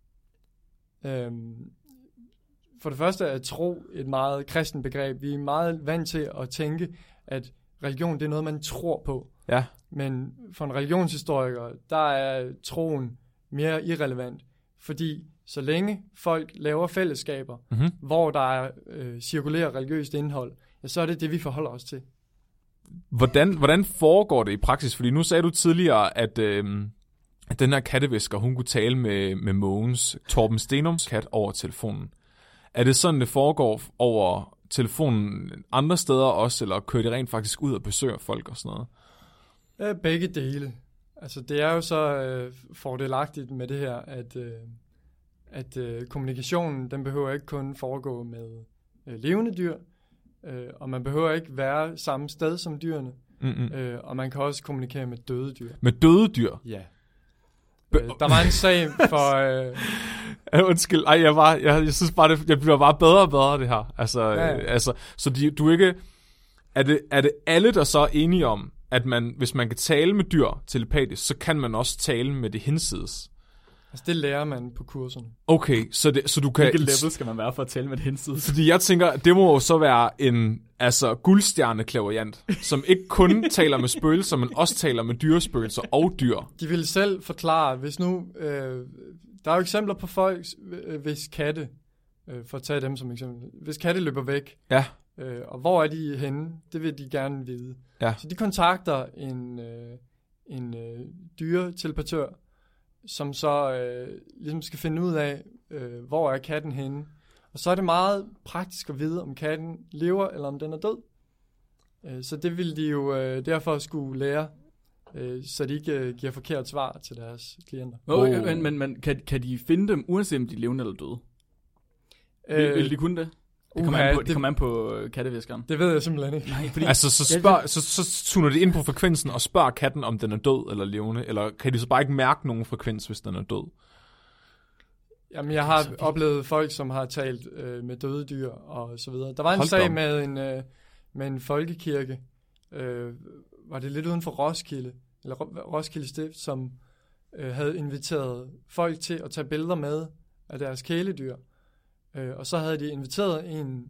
for det første er tro et meget kristen begreb. Vi er meget vant til at tænke, at religion det er noget, man tror på. Ja. Men for en religionshistoriker, der er troen mere irrelevant. Fordi så længe folk laver fællesskaber, hvor der er cirkulerer religiøst indhold, så er det det, vi forholder os til. Hvordan foregår det i praksis? Fordi nu sagde du tidligere, at den her kattevisker, hun kunne tale med Mogens, Torben Stenums kat, over telefonen. Er det sådan, det foregår over telefonen andre steder også, eller kører de rent faktisk ud og besøger folk og sådan noget? Begge dele. Altså, det er jo så fordelagtigt med det her, at kommunikationen, den behøver ikke kun foregå med levende dyr, og man behøver ikke være samme sted som dyrene, og man kan også kommunikere med døde dyr. Med døde dyr? Ja. Der var en sag for... Undskyld, jeg synes bare, det bliver bare bedre og bedre, det her. Altså, så du ikke... Er det alle, der så er enige om, at hvis man kan tale med dyr telepatisk, så kan man også tale med det hinsides? Altså, det lærer man på kurserne. Okay, så du kan... Hvilket level skal man være for at tale med det hinsides? Fordi jeg tænker, det må jo så være en guldstjerne-klaverjant, som ikke kun taler med spøgelser, men også taler med dyrespøgelser og dyr. De vil selv forklare, hvis nu... der er jo eksempler på folk, hvis katte, for at tage dem som eksempel, hvis katte løber væk, og hvor er de henne, det vil de gerne vide. Ja. Så de kontakter en dyretelepatør, som så ligesom skal finde ud af, hvor er katten henne. Og så er det meget praktisk at vide, om katten lever, eller om den er død. Så det vil de jo derfor skulle lære, så de ikke giver forkert svar til deres klienter. Men kan de finde dem, uanset om de er levende eller døde? Vil de kunne det? Det kommer an på katteviskeren. Det ved jeg simpelthen ikke. Nej, fordi... Altså, så tuner de ind på frekvensen og spørger katten, om den er død eller levende, eller kan de så bare ikke mærke nogen frekvens, hvis den er død? Jamen, jeg har oplevet folk, som har talt med døde dyr og så videre. Der var en sag med en folkekirke, var det lidt uden for Roskilde, eller Roskilde Stift, som havde inviteret folk til at tage billeder med af deres kæledyr. Og så havde de inviteret en,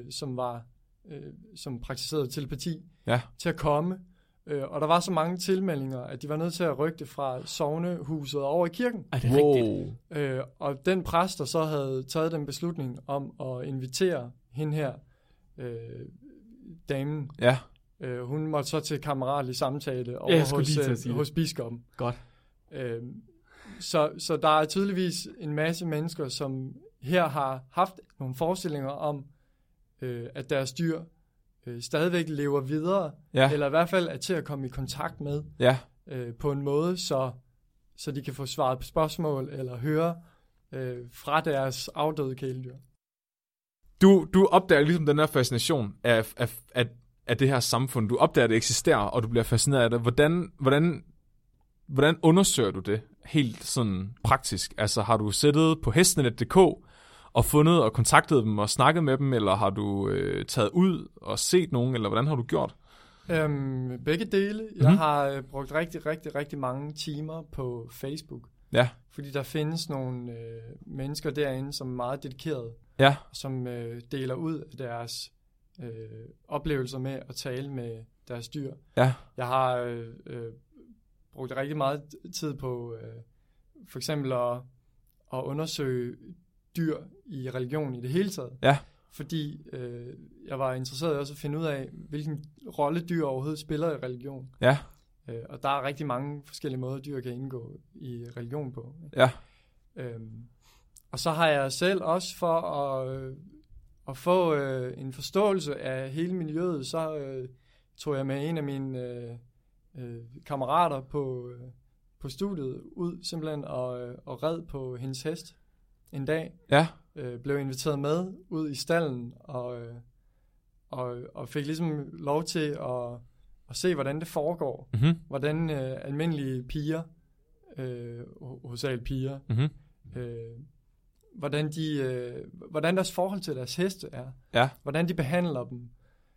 som praktiserede telepati, til at komme. Og der var så mange tilmeldinger, at de var nødt til at rykke det fra sognehuset over i kirken. Er det rigtigt? Og den præst, der så havde taget den beslutning om at invitere hende her, damen, hun måtte så til kammeratlig samtale over hos biskoppen. Godt. Så der er tydeligvis en masse mennesker, som her har haft nogle forestillinger om, at deres dyr stadigvæk lever videre, eller i hvert fald er til at komme i kontakt med, på en måde, så de kan få svaret på spørgsmål, eller høre fra deres afdøde kæledyr. Du opdager ligesom den her fascination af det her samfund. Du opdager, at det eksisterer, og du bliver fascineret af det. Hvordan undersøger du det helt sådan praktisk? Altså, har du siddet på hestenet.dk og fundet og kontaktet dem og snakket med dem, eller har du taget ud og set nogen, eller hvordan har du gjort? Begge dele. Mm-hmm. Jeg har brugt rigtig mange timer på Facebook. Ja. Fordi der findes nogle mennesker derinde, som er meget dedikerede, som deler ud af deres oplevelser med at tale med deres dyr. Ja. Jeg har brugt rigtig meget tid på for eksempel at undersøge dyr i religion i det hele taget. Ja. Fordi jeg var interesseret i også at finde ud af, hvilken rolle dyr overhovedet spiller i religion. Ja. Og der er rigtig mange forskellige måder, dyr kan indgå i religion på. Ja. Og så har jeg selv også for at få en forståelse af hele miljøet, så tog jeg med en af mine kammerater på studiet ud simpelthen og red på hendes hest en dag. Ja. Blev inviteret med ud i stallen og fik ligesom lov til at se, hvordan det foregår. Mm-hmm. Hvordan almindelige piger, hovedsageligt piger, hvordan deres forhold til deres heste er. Ja. Hvordan de behandler dem.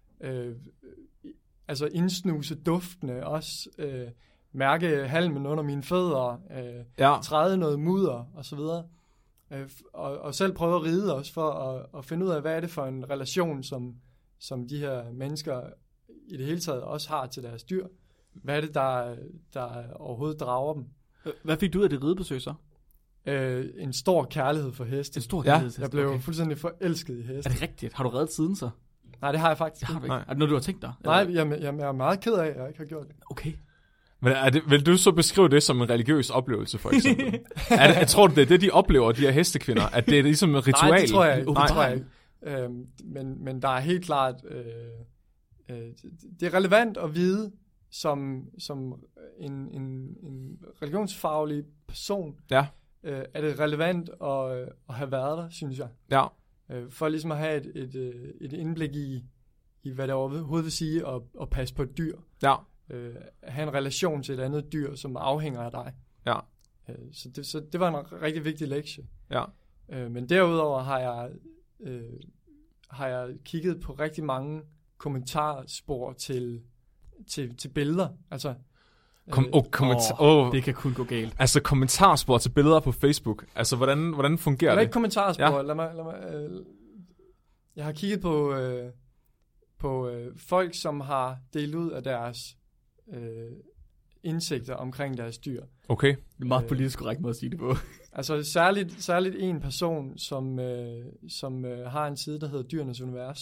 Altså indsnuse duftene, også mærke halmen under mine fødder, træde noget mudder og så videre. Og selv prøve at ride også for at finde ud af, hvad er det for en relation, som de her mennesker i det hele taget også har til deres dyr. Hvad er det, der overhovedet drager dem? Hvad fik du ud af det ridebesøg så? En stor kærlighed for heste. En stor kærlighed til heste. Jeg blev fuldstændig forelsket i heste. Er det rigtigt? Har du reddet siden så? Nej, det har jeg faktisk ikke. Er det noget, du har tænkt dig? Nej, jeg er meget ked af, at jeg ikke har gjort det. Okay. Men vil du så beskrive det som en religiøs oplevelse, for eksempel? Jeg tror du, det er det, de oplever, de her hestekvinder? At det er ligesom et ritual? Nej, det tror jeg ikke. Nej. Tror jeg ikke. Men der er helt klart... det er relevant at vide, som en religionsfaglig person, er det relevant at have været der, synes jeg. Ja. For ligesom at have et indblik i, hvad det overhovedet vil sige at passe på et dyr. Ja. Have en relation til et andet dyr, som afhænger af dig. Ja. Så det var en rigtig vigtig lektie. Ja. Men derudover har jeg kigget på rigtig mange kommentarspor til billeder. Altså, det kan kun gå galt. Altså kommentarspor til billeder på Facebook. Altså, hvordan fungerer det? Det er ikke kommentarspor. Ja. Lad mig, jeg har kigget på folk, som har delt ud af deres indsigter omkring deres dyr. Okay. Det er meget politisk korrekt måde at sige det på. Altså særligt en person, som har en side, der hedder Dyrenes Univers,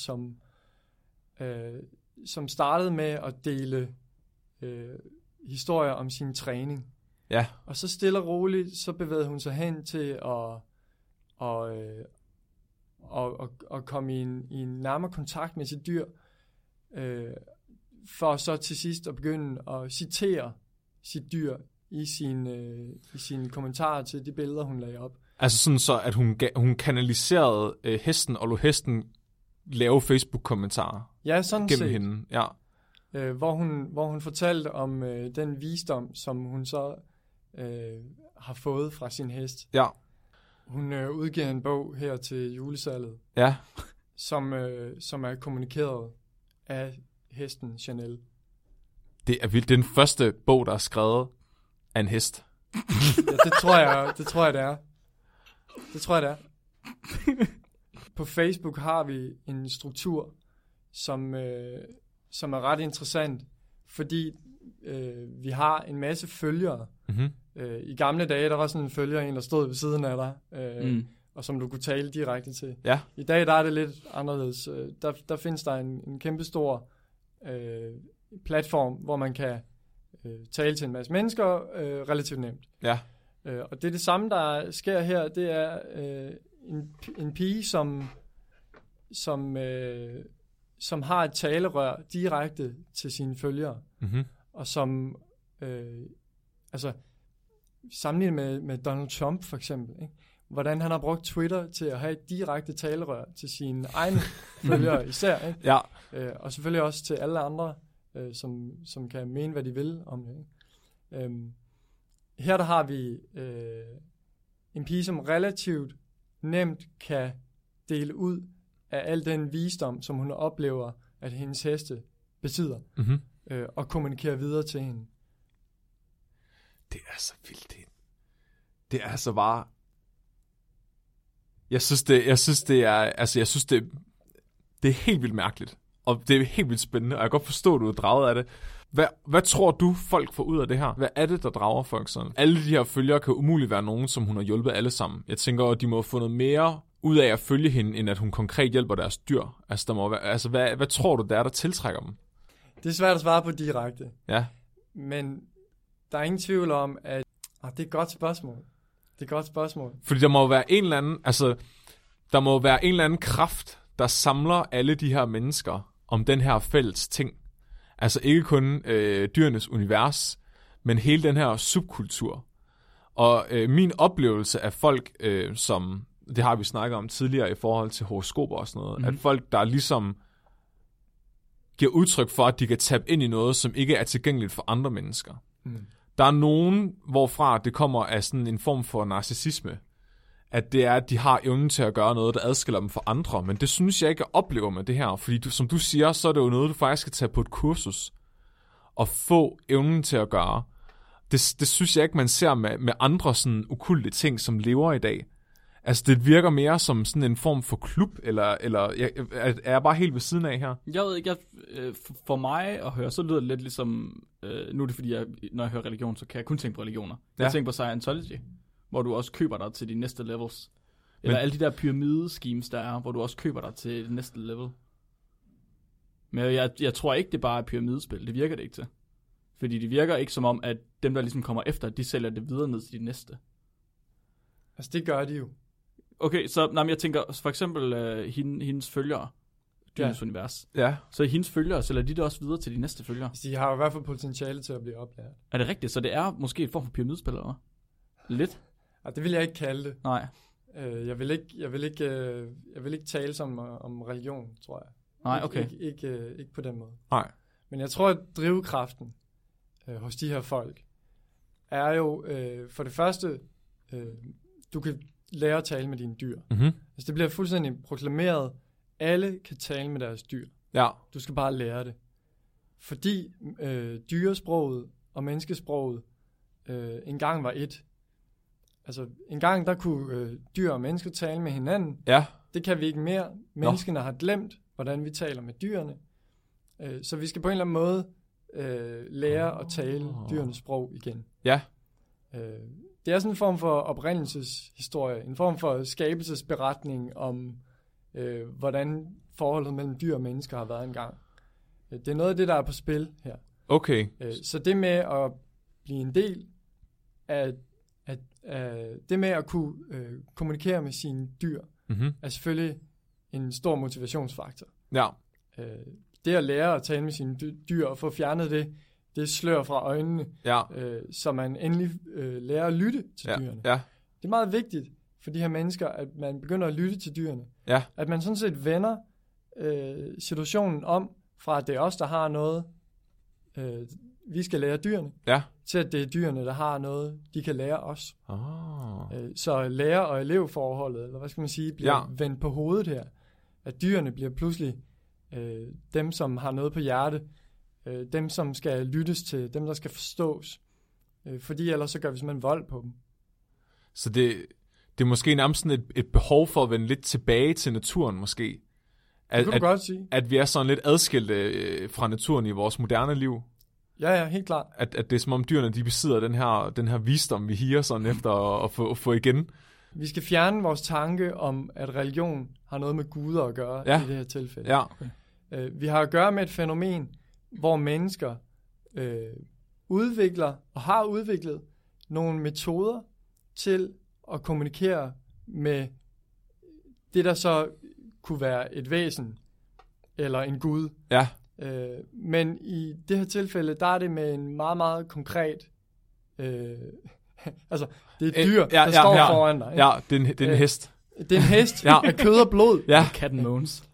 som startede med at dele historier om sin træning. Ja. Og så stille og roligt, så bevægede hun sig hen til at komme i en nærmere kontakt med sit dyr, for så til sidst at begynde at citere sit dyr i sine kommentarer til de billeder, hun lagde op. Altså sådan så, at hun kanaliserede hesten, og lod hesten lave Facebook-kommentarer Ja, sådan gennem set. hende. Ja. Hvor hun fortalte om den visdom, som hun så har fået fra sin hest. Ja. Hun udgiver en bog her til julesalget, Ja. som er kommunikeret af hesten Chanel. Det er vildt. Det er den første bog, der er skrevet af en hest. Ja, det tror jeg, det er. Det tror jeg, det er. På Facebook har vi en struktur, som er ret interessant, fordi vi har en masse følgere. Mm-hmm. I gamle dage, der var sådan en følger, en der stod ved siden af dig, og som du kunne tale direkte til. Ja. I dag, der er det lidt anderledes. Der findes der en kæmpestor platform, hvor man kan tale til en masse mennesker relativt nemt. Ja. Og det er det samme, der sker her. Det er en pige, som har et talerør direkte til sine følgere, Mm-hmm. og som sammenlignet med Donald Trump for eksempel, ikke? Hvordan han har brugt Twitter til at have et direkte talerør til sine egne følgere især, ikke? Ja. Og selvfølgelig også til alle andre, som kan mene, hvad de vil om det, ikke? Her der har vi en pige, som relativt nemt kan dele ud af al den visdom, som hun oplever, at hendes heste besidder, Mm-hmm. og kommunikere videre til hende. Det er så vildt. Det er så bare... Jeg synes det er helt vildt mærkeligt. Og det er helt vildt spændende, og jeg kan godt forstå, at du er draget af det. Hvad tror du, folk får ud af det her? Hvad er det, der drager folk sådan? Alle de her følgere kan umuligt være nogen, som hun har hjulpet alle sammen. Jeg tænker, at de må have fundet mere ud af at følge hende, end at hun konkret hjælper deres dyr. Altså, der må være, hvad tror du, der tiltrækker dem? Det er svært at svare på direkte. Ja. Men der er ingen tvivl om, at... det er et godt spørgsmål. Fordi der må være en eller anden kraft, der samler alle de her mennesker om den her fælles ting. Altså ikke kun dyrenes univers, men hele den her subkultur. Og min oplevelse af folk, som det har vi snakket om tidligere i forhold til horoskoper og sådan noget, at folk, der ligesom giver udtryk for, at de kan tabe ind i noget, som ikke er tilgængeligt for andre mennesker. Der er nogen, hvorfra det kommer af sådan en form for narcissisme, at det er, at de har evnen til at gøre noget, der adskiller dem fra andre. Men det synes jeg ikke, jeg oplever med det her. Fordi som du siger, så er det jo noget, du faktisk skal tage på et kursus og få evnen til at gøre. Det synes jeg ikke, man ser med andre sådan okulte ting, som lever i dag. Altså, det virker mere som sådan en form for klub, eller er jeg bare helt ved siden af her? Jeg ved ikke, for mig at høre, så lyder det lidt ligesom, nu er det fordi, når jeg hører religion, så kan jeg kun tænke på religioner. Jeg tænker på Scientology, hvor du også køber dig til de næste levels. Eller alle de der pyramide-schemes, der er, hvor du også køber dig til det næste level. Men jeg tror ikke, det bare er pyramidespil. Det virker det ikke til. Fordi det virker ikke som om, at dem, der ligesom kommer efter, de sælger det videre ned til de næste. Altså, det gør de jo. Okay, så jeg tænker for eksempel hendes følgere, Dyrenes Univers. Ja. Så hendes følgere, sælger de det også videre til de næste følgere? De har jo i hvert fald potentiale til at blive oplært. Er det rigtigt? Så det er måske et form for pyramidespil, eller hvad? Lidt? Det vil jeg ikke kalde det. Nej. Jeg vil ikke tale om religion, tror jeg. Nej, okay. Ikke på den måde. Nej. Men jeg tror, at drivkraften hos de her folk er jo for det første, du kan lære at tale med dine dyr. Mm-hmm. Altså, det bliver fuldstændig proklameret. Alle kan tale med deres dyr. Ja. Du skal bare lære det. Fordi dyresproget og menneskesproget engang var et. Altså, engang der kunne dyr og mennesker tale med hinanden. Ja. Det kan vi ikke mere. Menneskene har glemt, hvordan vi taler med dyrene. Så vi skal på en eller anden måde lære at tale dyrenes sprog igen. Ja. Det er sådan en form for oprindelseshistorie, en form for skabelsesberetning om, hvordan forholdet mellem dyr og mennesker har været engang. Det er noget af det, der er på spil her. Okay. Så det med at blive en del af det med at kunne kommunikere med sine dyr, er selvfølgelig en stor motivationsfaktor. Ja. Det at lære at tale med sine dyr og få fjernet det slør fra øjnene, Ja. så man endelig lærer at lytte til dyrene. Ja. Det er meget vigtigt, for de her mennesker, at man begynder at lytte til dyrene. Ja. At man sådan set vender situationen om, fra at det er os, der har noget, vi skal lære dyrene, Ja. til at det er dyrene, der har noget, de kan lære os. Oh. Så lærer- og elevforholdet, eller hvad skal man sige, bliver vendt på hovedet her. At dyrene bliver pludselig dem, som har noget på hjerte, dem, som skal lyttes til, dem, der skal forstås. Fordi ellers så gør vi simpelthen vold på dem. Så det er måske nærmest sådan et behov for at vende lidt tilbage til naturen, måske. Det kunne du godt sige. At vi er sådan lidt adskilte fra naturen i vores moderne liv. Ja, helt klart. At det er som om dyrene, de besidder den her visdom, vi higer sådan efter at få igen. Vi skal fjerne vores tanke om, at religion har noget med guder at gøre i det her tilfælde. Ja. Vi har at gøre med et fænomen, hvor mennesker udvikler og har udviklet nogle metoder til at kommunikere med det, der så kunne være et væsen eller en gud. Ja. Men i det her tilfælde, der er det med en meget, meget konkret... altså, det er et dyr, der står foran dig. Ikke? Ja, det er en hest. Det er en hest af kød og blod. Ja. Katten Måns.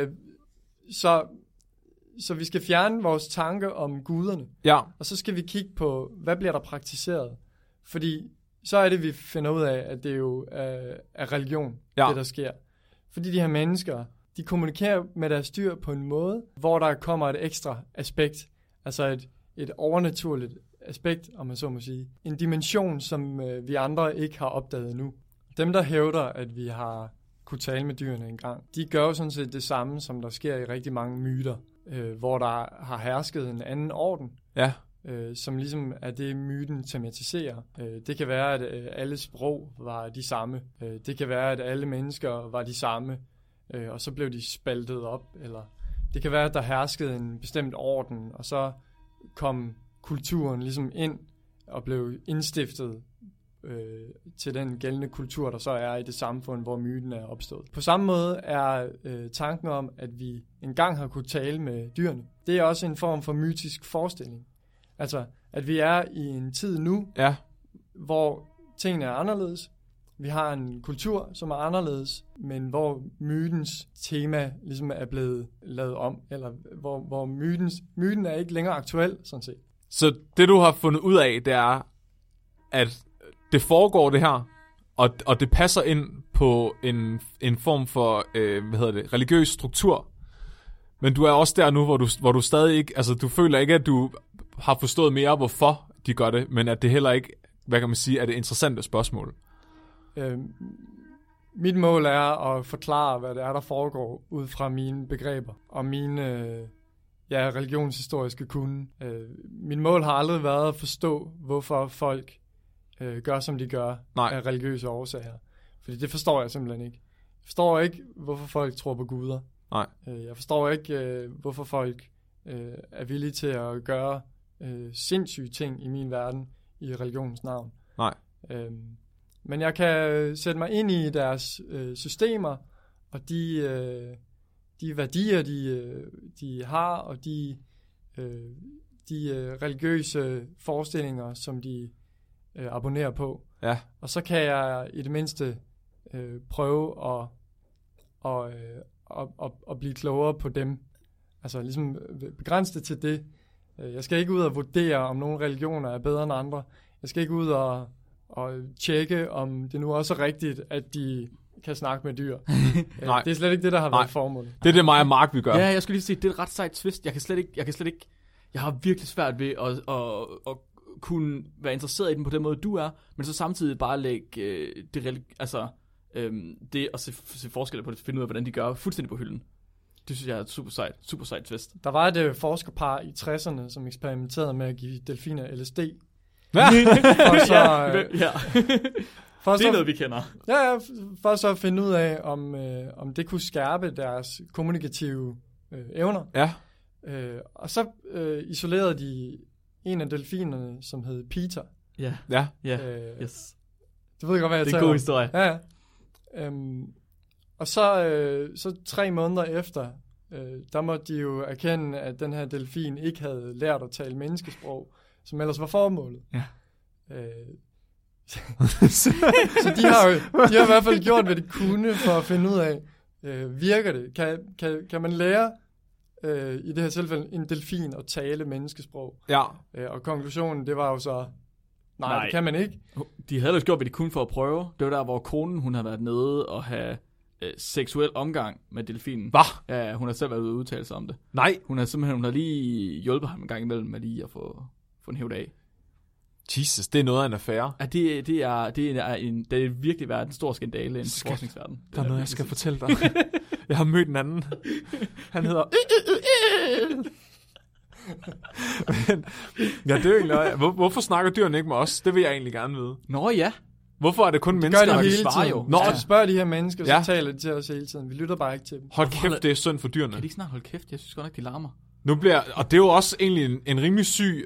Så vi skal fjerne vores tanke om guderne. Ja. Og så skal vi kigge på, hvad bliver der praktiseret? Fordi så er det, vi finder ud af, at det jo er religion, det der sker. Fordi de her mennesker, de kommunikerer med deres dyr på en måde, hvor der kommer et ekstra aspekt. Altså et overnaturligt aspekt, om man så må sige. En dimension, som vi andre ikke har opdaget endnu. Dem, der hævder, at vi har kunne tale med dyrene engang, de gør jo sådan set det samme, som der sker i rigtig mange myter, hvor der har hersket en anden orden, som ligesom er det, myten tematiserer. Det kan være, at alle sprog var de samme. Det kan være, at alle mennesker var de samme, og så blev de spaltet op. Eller det kan være, at der herskede en bestemt orden, og så kom kulturen ligesom ind og blev indstiftet til den gældende kultur, der så er i det samfund, hvor myten er opstået. På samme måde er tanken om, at vi engang har kunne tale med dyrene, det er også en form for mytisk forestilling. Altså, at vi er i en tid nu, hvor tingene er anderledes. Vi har en kultur, som er anderledes, men hvor mytens tema ligesom er blevet lavet om, eller hvor myten er ikke længere aktuel, sådan set. Så det, du har fundet ud af, det er, at det foregår det her, og det passer ind på en form for, religiøs struktur. Men du er også der nu, hvor du stadig ikke, altså du føler ikke, at du har forstået mere, hvorfor de gør det, men at det heller ikke, hvad kan man sige, er det interessante spørgsmål. Mit mål er at forklare, hvad det er, der foregår, ud fra mine begreber og mine religionshistoriske kunde. Mit mål har aldrig været at forstå, hvorfor folk gør, som de gør af religiøse årsager. Fordi det forstår jeg simpelthen ikke. Jeg forstår ikke, hvorfor folk tror på guder. Nej. Jeg forstår ikke, hvorfor folk er villige til at gøre sindssyge ting i min verden i religionens navn. Nej. Men jeg kan sætte mig ind i deres systemer, og de værdier, de har, og de religiøse forestillinger, som de abonnerer på. Ja. Og så kan jeg i det mindste prøve at blive klogere på dem. Altså ligesom begrænse det til det. Jeg skal ikke ud og vurdere, om nogle religioner er bedre end andre. Jeg skal ikke ud og tjekke, om det nu også er rigtigt, at de kan snakke med dyr. Nej. Det er slet ikke det, der har været formålet. Det er det mig og Mark, vi gør. Ja, jeg skulle lige sige, det er et ret sejt twist. Jeg kan slet ikke, jeg har virkelig svært ved at kunne være interesseret i den på den måde, du er, men så samtidig bare lægge det at se forskel på det, finde ud af, hvordan de gør, fuldstændig på hylden. Det synes jeg er et super sejt twist. Der var et forskerpar i 60'erne, som eksperimenterede med at give delfiner LSD. Ja. Og så, det er noget, vi kender. Ja, for så at finde ud af, om det kunne skærpe deres kommunikative evner. Ja. Og så isolerede de en af delfinerne, som hed Peter. Ja. Yes. Du ved godt, hvad jeg taler om. Det er en god historie. Ja. Og så 3 måneder efter, der måtte de jo erkende, at den her delfin ikke havde lært at tale menneskesprog, som ellers var formålet. Ja. Så de har i hvert fald gjort, hvad de kunne for at finde ud af, virker det? Kan man lære, i det her tilfælde, en delfin at tale menneskesprog? Ja. Og konklusionen, det var jo så, nej, det kan man ikke. De havde ellers gjort, hvad de kunne for at prøve. Det var der, hvor konen, hun havde været nede og have seksuel omgang med delfinen. Hvad? Ja, hun har selv været ude og udtale sig om det. Nej. Hun har lige hjulpet ham en gang imellem med lige at få en hævd af. Jesus, det er noget af en affære. Ja, det er virkelig været en stor skandale inden for forskningsverdenen. Der er noget, jeg skal fortælle dig. Jeg har mødt en anden. Han hedder... Men, ja, det er jo egentlig... Hvorfor snakker dyrene ikke med os? Det vil jeg egentlig gerne vide. Nå ja. Hvorfor er det kun mennesker, der kan svare jo? Nå, ja. Spørg de her mennesker, så taler de til os hele tiden. Vi lytter bare ikke til dem. Hold kæft, det er synd for dyrene. Kan de ikke snart holde kæft? Jeg synes godt nok, de larmer. Og det er jo også egentlig en rimelig syg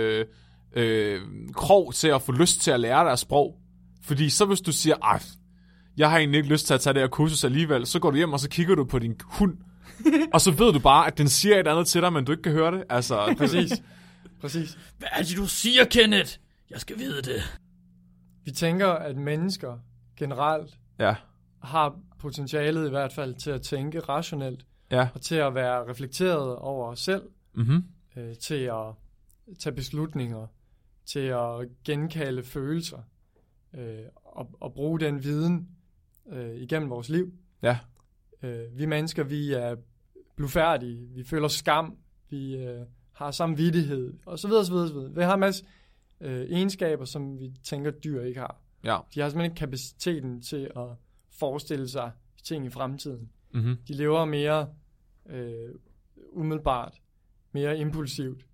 krog til at få lyst til at lære deres sprog. Fordi så hvis du siger, jeg har egentlig ikke lyst til at tage det her kursus alligevel, så går du hjem, og så kigger du på din hund, og så ved du bare, at den siger et andet til dig, men du ikke kan høre det. Altså, Præcis. Hvad er det, du siger, Kenneth? Jeg skal vide det. Vi tænker, at mennesker generelt har potentialet i hvert fald til at tænke rationelt, og til at være reflekteret over os selv, til at tage beslutninger, til at genkalde følelser, og bruge den viden igennem vores liv. Ja. Vi mennesker, vi er blufærdige, vi føler skam, vi har samvittighed, og så videre, så videre, så videre. Vi har en masse egenskaber, som vi tænker, dyr ikke har. Ja. De har simpelthen ikke kapaciteten til at forestille sig ting i fremtiden. Mm-hmm. De lever mere umiddelbart, mere impulsivt.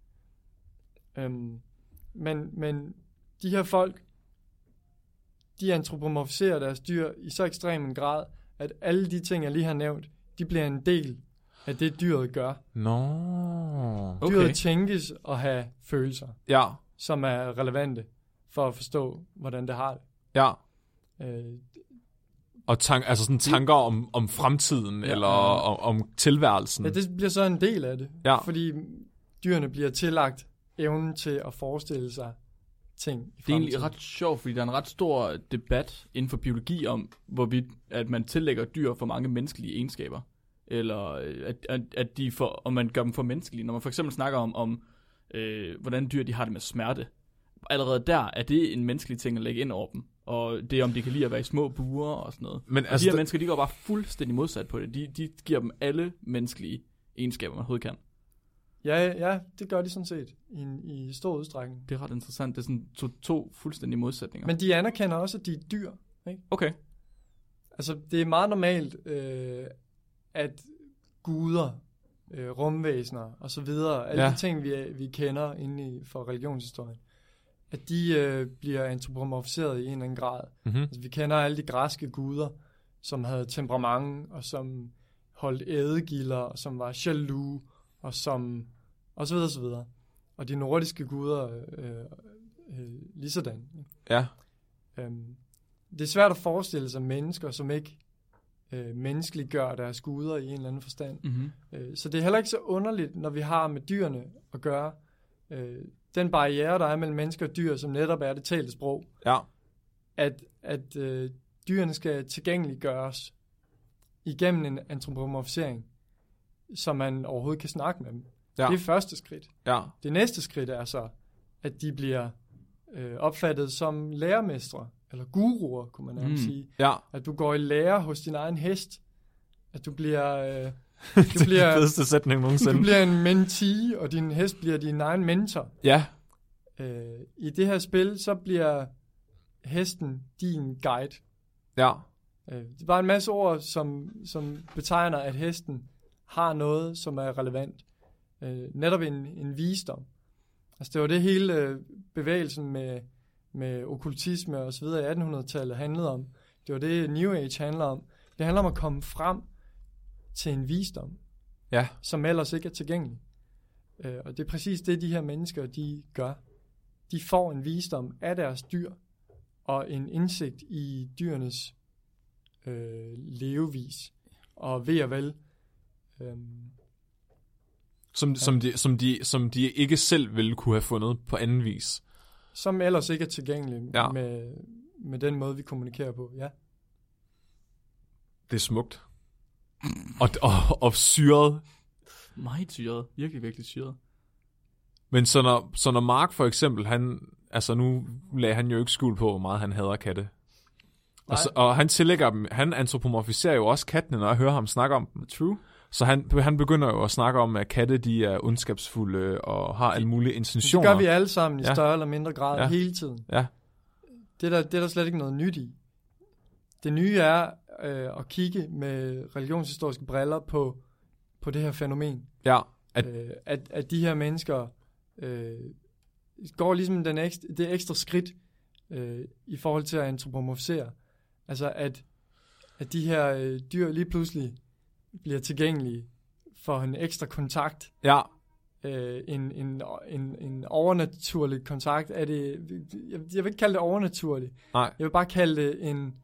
Men de her folk, de antropomorfiserer deres dyr i så ekstrem en grad, at alle de ting, jeg lige har nævnt, de bliver en del af det, dyret gør. Okay. Dyret tænkes at have følelser, som er relevante for at forstå, hvordan det har det. Ja. Og altså sådan tanker om fremtiden, eller om tilværelsen. Ja, det bliver så en del af det. Ja. Fordi dyrene bliver tillagt evnen til at forestille sig ting i fremtiden. Det er egentlig ret sjovt, fordi der er en ret stor debat inden for biologi om, hvorvidt at man tillægger dyr for mange menneskelige egenskaber. Eller at de om man gør dem for menneskelige. Når man for eksempel snakker om hvordan dyr de har det med smerte. Allerede der er det en menneskelig ting at lægge ind over dem. Og det er, om de kan lide at være i små buer og sådan noget. Men altså de her mennesker, de går bare fuldstændig modsat på det. De giver dem alle menneskelige egenskaber, man overhovedet kan. Ja, det gør de sådan set i stor udstrækning. Det er ret interessant. Det er sådan to fuldstændige modsætninger. Men de anerkender også, at de er dyr. Ikke? Okay. Altså, det er meget normalt, at guder, rumvæsener og så videre, alle de ting, vi kender inde for religionshistorien, at de bliver antropomorfiseret i en eller anden grad. Mm-hmm. Altså, vi kender alle de græske guder, som havde temperament, og som holdt ædegilder, og som var jaloux, og som og så videre, så videre. Og de nordiske guder lige sådan. Ja. Det er svært at forestille sig mennesker, som ikke menneskeliggør deres guder i en eller anden forstand. Mm-hmm. Så det er heller ikke så underligt, når vi har med dyrene at gøre. Den barriere, der er mellem mennesker og dyr, som netop er det talte sprog, at dyrene skal tilgængeliggøres igennem en antropomorfisering, så man overhovedet kan snakke med dem. Ja. Det er første skridt. Ja. Det næste skridt er så, at de bliver opfattet som lærermestre, eller guruer, kunne man nærmest sige. Ja. At du går i lære hos din egen hest. At du bliver... det er den fedeste sætning nogensinde. Du bliver en mentee, og din hest bliver din egen mentor. Ja. I det her spil, så bliver hesten din guide. Ja. Det er bare en masse ord, som betegner, at hesten har noget, som er relevant. Netop en visdom. Altså det var det hele bevægelsen med okkultisme og så videre i 1800-tallet handlede om. Det var det New Age handler om. Det handler om at komme frem til en visdom, som ellers ikke er tilgængelig. Og det er præcis det, de her mennesker, de gør. De får en visdom af deres dyr, og en indsigt i dyrenes levevis, og ved og vel. Som de ikke selv ville kunne have fundet på anden vis. som ellers ikke er tilgængelig Ja. med den måde, vi kommunikerer på. Ja. Det er smukt. Og syret. Meget syret. Virkelig, virkelig syret. Men så når Mark for eksempel, nu lagde han jo ikke skjul på, hvor meget han hader katte. Og han tillægger dem, han antropomorfiserer jo også kattene, når jeg hører ham snakke om dem. True. Så han begynder jo at snakke om, at katte de er ondskabsfulde og har alle mulige intentioner. Det gør vi alle sammen i større eller mindre grad hele tiden. Ja. Det er der slet ikke noget nyt i. Det nye er at kigge med religionshistoriske briller på det her fænomen. Ja. At de her mennesker går ligesom det ekstra skridt i forhold til at antropomorfisere. Altså at de her dyr lige pludselig bliver tilgængelige for en ekstra kontakt. Ja. En overnaturlig kontakt. Jeg vil ikke kalde det overnaturligt. Nej. Jeg vil bare kalde det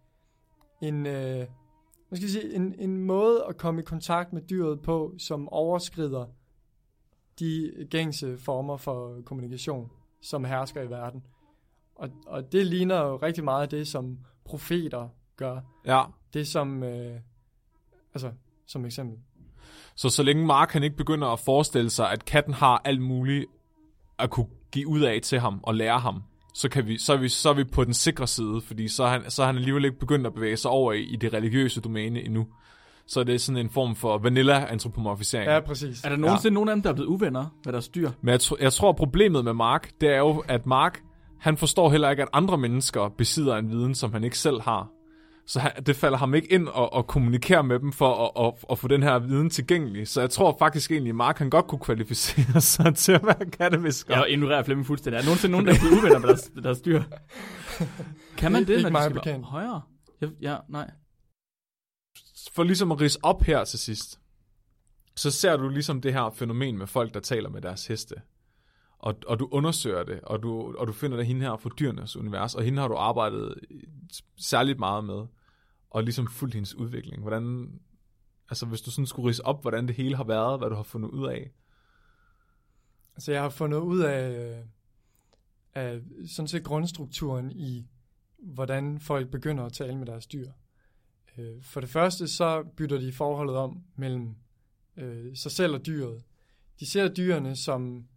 en måde at komme i kontakt med dyret på, som overskrider de gængse former for kommunikation, som hersker i verden. Og det ligner jo rigtig meget det, som profeter gør. Ja. Det som, som eksempel. Så længe Mark han ikke begynder at forestille sig, at katten har alt muligt at kunne give ud af til ham og lære ham, så er vi på den sikre side, fordi så er han alligevel ikke begyndt at bevæge sig over i det religiøse domæne endnu. Så det er sådan en form for vanilla-antropomorfisering. Ja, præcis. Er der nogensinde nogen af dem, der er blevet uvenner med deres dyr? Men jeg tror, problemet med Mark, det er jo, at Mark, han forstår heller ikke, at andre mennesker besidder en viden, som han ikke selv har. Så det falder ham ikke ind at kommunikere med dem for at få den her viden tilgængelig. Så jeg tror faktisk egentlig, at Mark han godt kunne kvalificere sig til at være kattevisker. Jeg ignorerer Flemming fuldstændig. Er der nogensinde nogen, der er blevet uvenner med deres dyr? Kan man det, ikke når de skal bekendt. være højere? Ja, nej. For ligesom at ridse op her til sidst, så ser du ligesom det her fænomen med folk, der taler med deres heste. Og du undersøger det, og du finder det hende her for dyrenes univers, og hende har du arbejdet særligt meget med, og ligesom fulgt hendes udvikling. Hvordan, altså hvis du sådan skulle ridse op, hvordan det hele har været, hvad du har fundet ud af? Altså jeg har fundet ud af sådan set grundstrukturen i, hvordan folk begynder at tale med deres dyr. For det første så bytter de forholdet om mellem sig selv og dyret. De ser dyrene som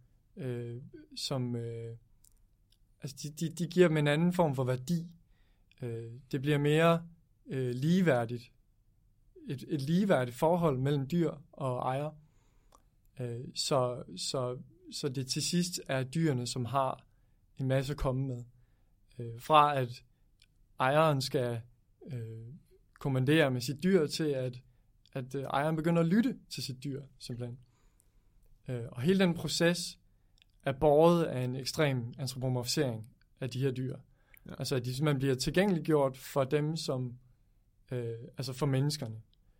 de giver dem en anden form for værdi. Det bliver mere ligeværdigt. Et ligeværdigt forhold mellem dyr og ejer. Så det til sidst er dyrene, som har en masse at komme med. Fra at ejeren skal kommandere med sit dyr, til at ejeren begynder at lytte til sit dyr, simpelthen. Og hele den proces er båret af en ekstrem antropomorfisering af de her dyr. Ja. Altså at de simpelthen bliver tilgængeliggjort for dem, som altså for menneskerne.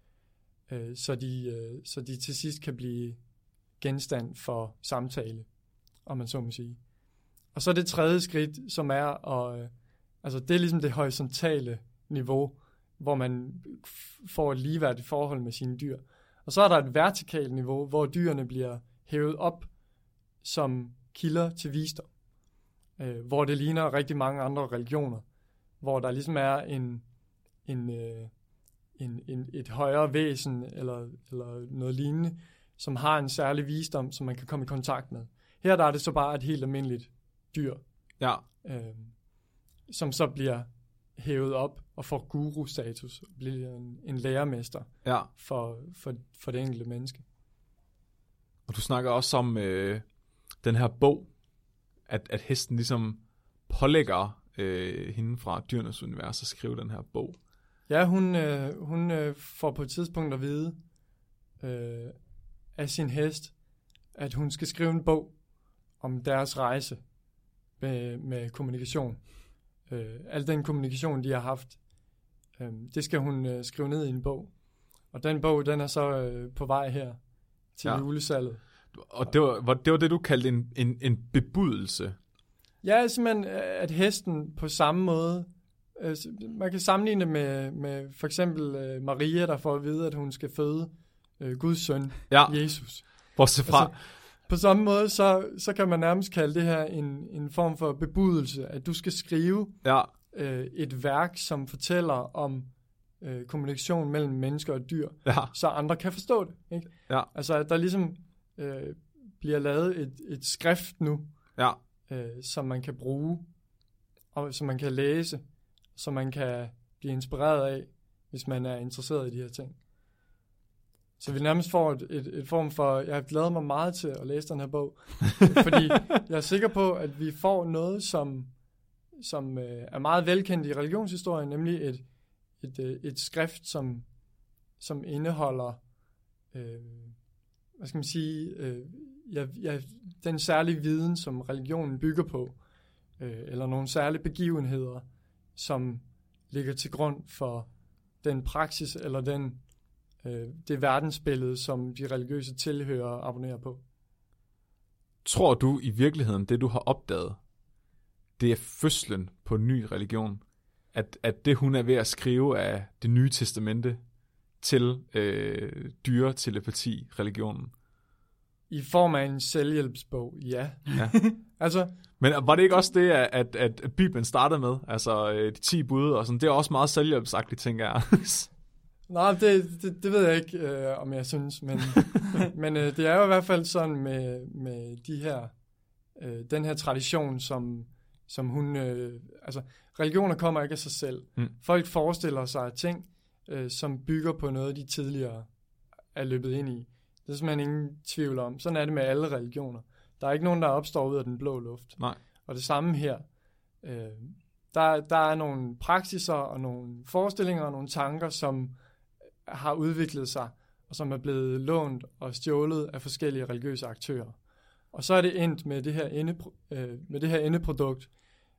Så de til sidst kan blive genstand for samtale, om man så må sige. Og så det tredje skridt, som er altså det er ligesom det horisontale niveau, hvor man får et ligeværdigt forhold med sine dyr. Og så er der et vertikalt niveau, hvor dyrene bliver hævet op som kilder til visdom. Hvor det ligner rigtig mange andre religioner, hvor der ligesom er et højere væsen eller noget lignende, som har en særlig visdom, som man kan komme i kontakt med. Her der er det så bare et helt almindeligt dyr, ja. Som så bliver hævet op og får guru-status, og bliver en lærermester for det enkelte menneske. Og du snakker også om den her bog, at hesten ligesom pålægger hende fra dyrenes univers at skrive den her bog. Ja, hun får på et tidspunkt at vide af sin hest, at hun skal skrive en bog om deres rejse med kommunikation. Al den kommunikation, de har haft, det skal hun skrive ned i en bog. Og den bog, den er så på vej her til julesalget. Og det var det, du kaldte en bebudelse. Ja, simpelthen, at hesten på samme måde, man kan sammenligne med for eksempel Maria, der får at vide, at hun skal føde Guds søn, Jesus. Bortset fra, På samme måde, så kan man nærmest kalde det her en form for bebudelse, at du skal skrive et værk, som fortæller om kommunikation mellem mennesker og dyr, så andre kan forstå det. Ikke? Ja. Altså, at der ligesom bliver lavet et skrift nu, som man kan bruge, og som man kan læse, som man kan blive inspireret af, hvis man er interesseret i de her ting. Så vi nærmest får et form for, jeg har glædet mig meget til at læse den her bog, fordi jeg er sikker på, at vi får noget, som er meget velkendt i religionshistorien, nemlig et skrift, som indeholder, hvad skal man sige, den særlige viden, som religionen bygger på, eller nogle særlige begivenheder, som ligger til grund for den praksis, eller det verdensbillede, som de religiøse tilhørere abonnerer på. Tror du i virkeligheden, det du har opdaget, det er fødslen på en ny religion? At det, hun er ved at skrive af det nye testamente til dyretelepati-religionen? I form af en selvhjælpsbog, ja. Altså, men var det ikke også det, at Bibelen startede med? Altså de 10 bud og sådan. Det er også meget selvhjælpsagtigt, tænker jeg. Nej, det ved jeg ikke, om jeg synes. Men det er jo i hvert fald sådan med de her, den her tradition, som hun... altså, religioner kommer ikke af sig selv. Folk forestiller sig ting, som bygger på noget, de tidligere er løbet ind i. Det er simpelthen ingen tvivl om. Sådan er det med alle religioner. Der er ikke nogen, der opstår ud af den blå luft. Nej. Og det samme her. Der er nogle praksiser og nogle forestillinger og nogle tanker, som har udviklet sig, og som er blevet lånt og stjålet af forskellige religiøse aktører. Og så er det endt med det her endeprodukt,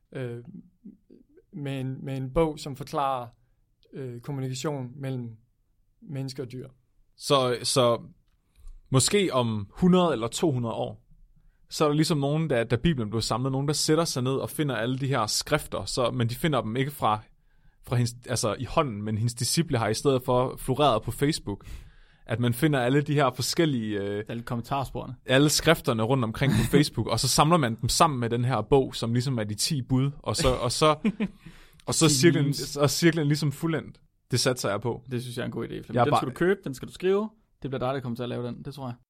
med en bog, som forklarer kommunikation mellem mennesker og dyr. Så måske om 100 eller 200 år, så er der ligesom nogen, da Bibelen blev samlet, nogen, der sætter sig ned og finder alle de her skrifter, men de finder dem ikke fra hendes, altså i hånden, men hendes disciple har i stedet for floreret på Facebook. At man finder alle de her forskellige... alle kommentarsporene. Alle skrifterne rundt omkring på Facebook, og så samler man dem sammen med den her bog, som ligesom er de 10 bud, og så cirklen ligesom fuldendt. Det satser jeg på. Det synes jeg er en god idé. Den skal du købe, den skal du skrive. Det bliver dig, der kommer til at lave den. Det tror jeg.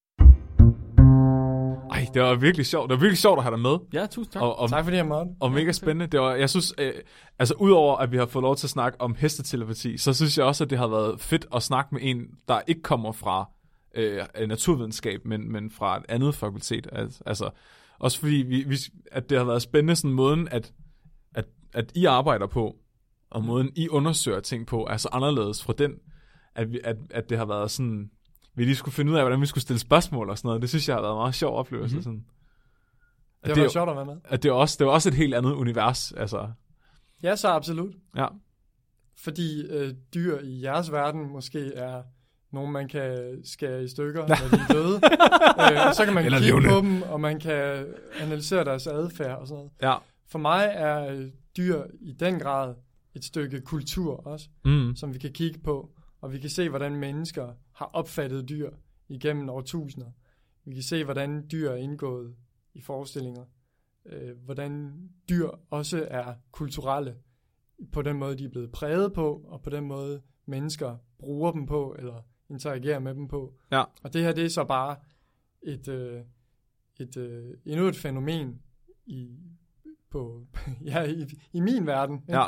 Ej, det var virkelig sjovt. Det var virkelig sjovt at have dig med. Ja, tusind tak. Tak fordi jeg måtte. Og mega spændende. Jeg synes, altså udover at vi har fået lov til at snakke om hestetelepati, så synes jeg også, at det har været fedt at snakke med en, der ikke kommer fra naturvidenskab, men fra et andet fakultet. Altså, også fordi, at det har været spændende sådan måden, at I arbejder på, og måden I undersøger ting på, er så anderledes fra den, at det har været sådan... Vi lige skulle finde ud af, hvordan vi skulle stille spørgsmål og sådan noget. Det synes jeg har været en meget sjov oplevelse. Mm-hmm. Sådan. Det var sjovt at være med. At det er også et helt andet univers. Altså. Ja, så absolut. Ja. Fordi dyr i jeres verden måske er nogen, man kan skære i stykker, når de er døde. Så kan man kigge på dem, og man kan analysere deres adfærd og sådan noget. Ja. For mig er dyr i den grad et stykke kultur også, som vi kan kigge på. Og vi kan se, hvordan mennesker har opfattet dyr igennem årtusinder. Vi kan se, hvordan dyr er indgået i forestillinger. Hvordan dyr også er kulturelle på den måde, de er blevet præget på, og på den måde, mennesker bruger dem på, eller interagerer med dem på. Ja. Og det her, det er så bare endnu et fænomen i min verden, ja.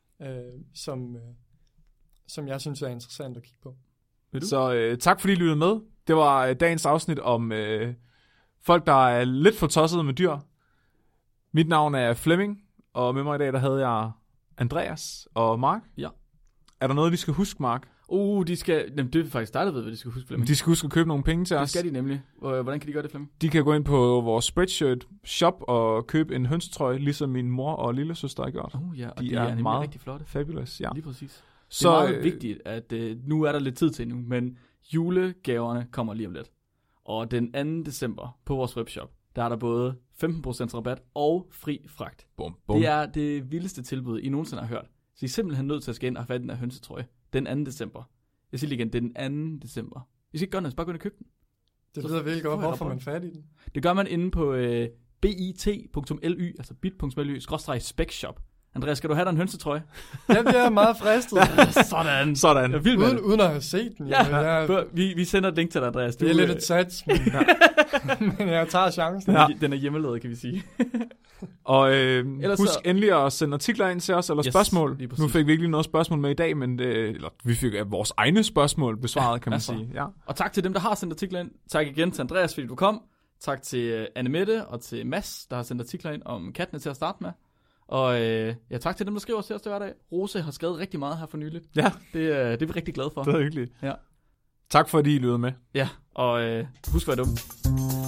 Som jeg synes er interessant at kigge på. Så tak fordi I lyttede med. Det var dagens afsnit om folk, der er lidt for tossede med dyr. Mit navn er Flemming, og med mig i dag, der havde jeg Andreas og Mark. Ja. Er der noget, de skal huske, Mark? Det er faktisk dig, der ved, hvad de skal huske, Flemming. De skal huske at købe nogle penge til os. Det skal de nemlig. Hvordan kan de gøre det, Flemming? De kan gå ind på vores Spreadshirt shop og købe en hønsetrøje, ligesom min mor og lillesøster har gjort. Ja, og de er meget rigtig flotte. Fabulous, ja. Lige præcis. Det er meget vigtigt, at nu er der lidt tid til nu, men julegaverne kommer lige om lidt. Og den 2. december på vores webshop, der er der både 15% rabat og fri fragt. Bum, bum. Det er det vildeste tilbud, I nogensinde har hørt. Så I er simpelthen nødt til at skal ind og have fat i den her hønsetrøje den 2. december. Jeg siger lige igen, det er den 2. december. I skal ikke gøre noget, bare gå ind og købe den. Det lyder virkelig godt. Hvorfor får man fat i den? Det gør man inde på bit.ly, altså bit.ly/specshop. Andreas, skal du have dig en hønsetrøje? Jeg bliver meget fristet. Sådan. Jeg vil uden at have set den. Ja. Vi sender et link til dig, Andreas. Det er lidt et sats, men jeg tager chancen. Ja. Den er hjemmelavet, kan vi sige. Og husk endelig at sende artikler ind til os, eller spørgsmål. Nu fik vi ikke lige noget spørgsmål med i dag, men vi fik vores egne spørgsmål besvaret, kan man sige. Ja. Og tak til dem, der har sendt artikler ind. Tak igen til Andreas, fordi du kom. Tak til Annemette og til Mads, der har sendt artikler ind om kattene til at starte med. Og tak til dem, der skriver til os til hverdag. Rose har skrevet rigtig meget her for nyligt. Ja. Det er vi rigtig glade for. Det er hyggeligt. Ja. Tak fordi I lyttede med. Ja, og husk at være dumme.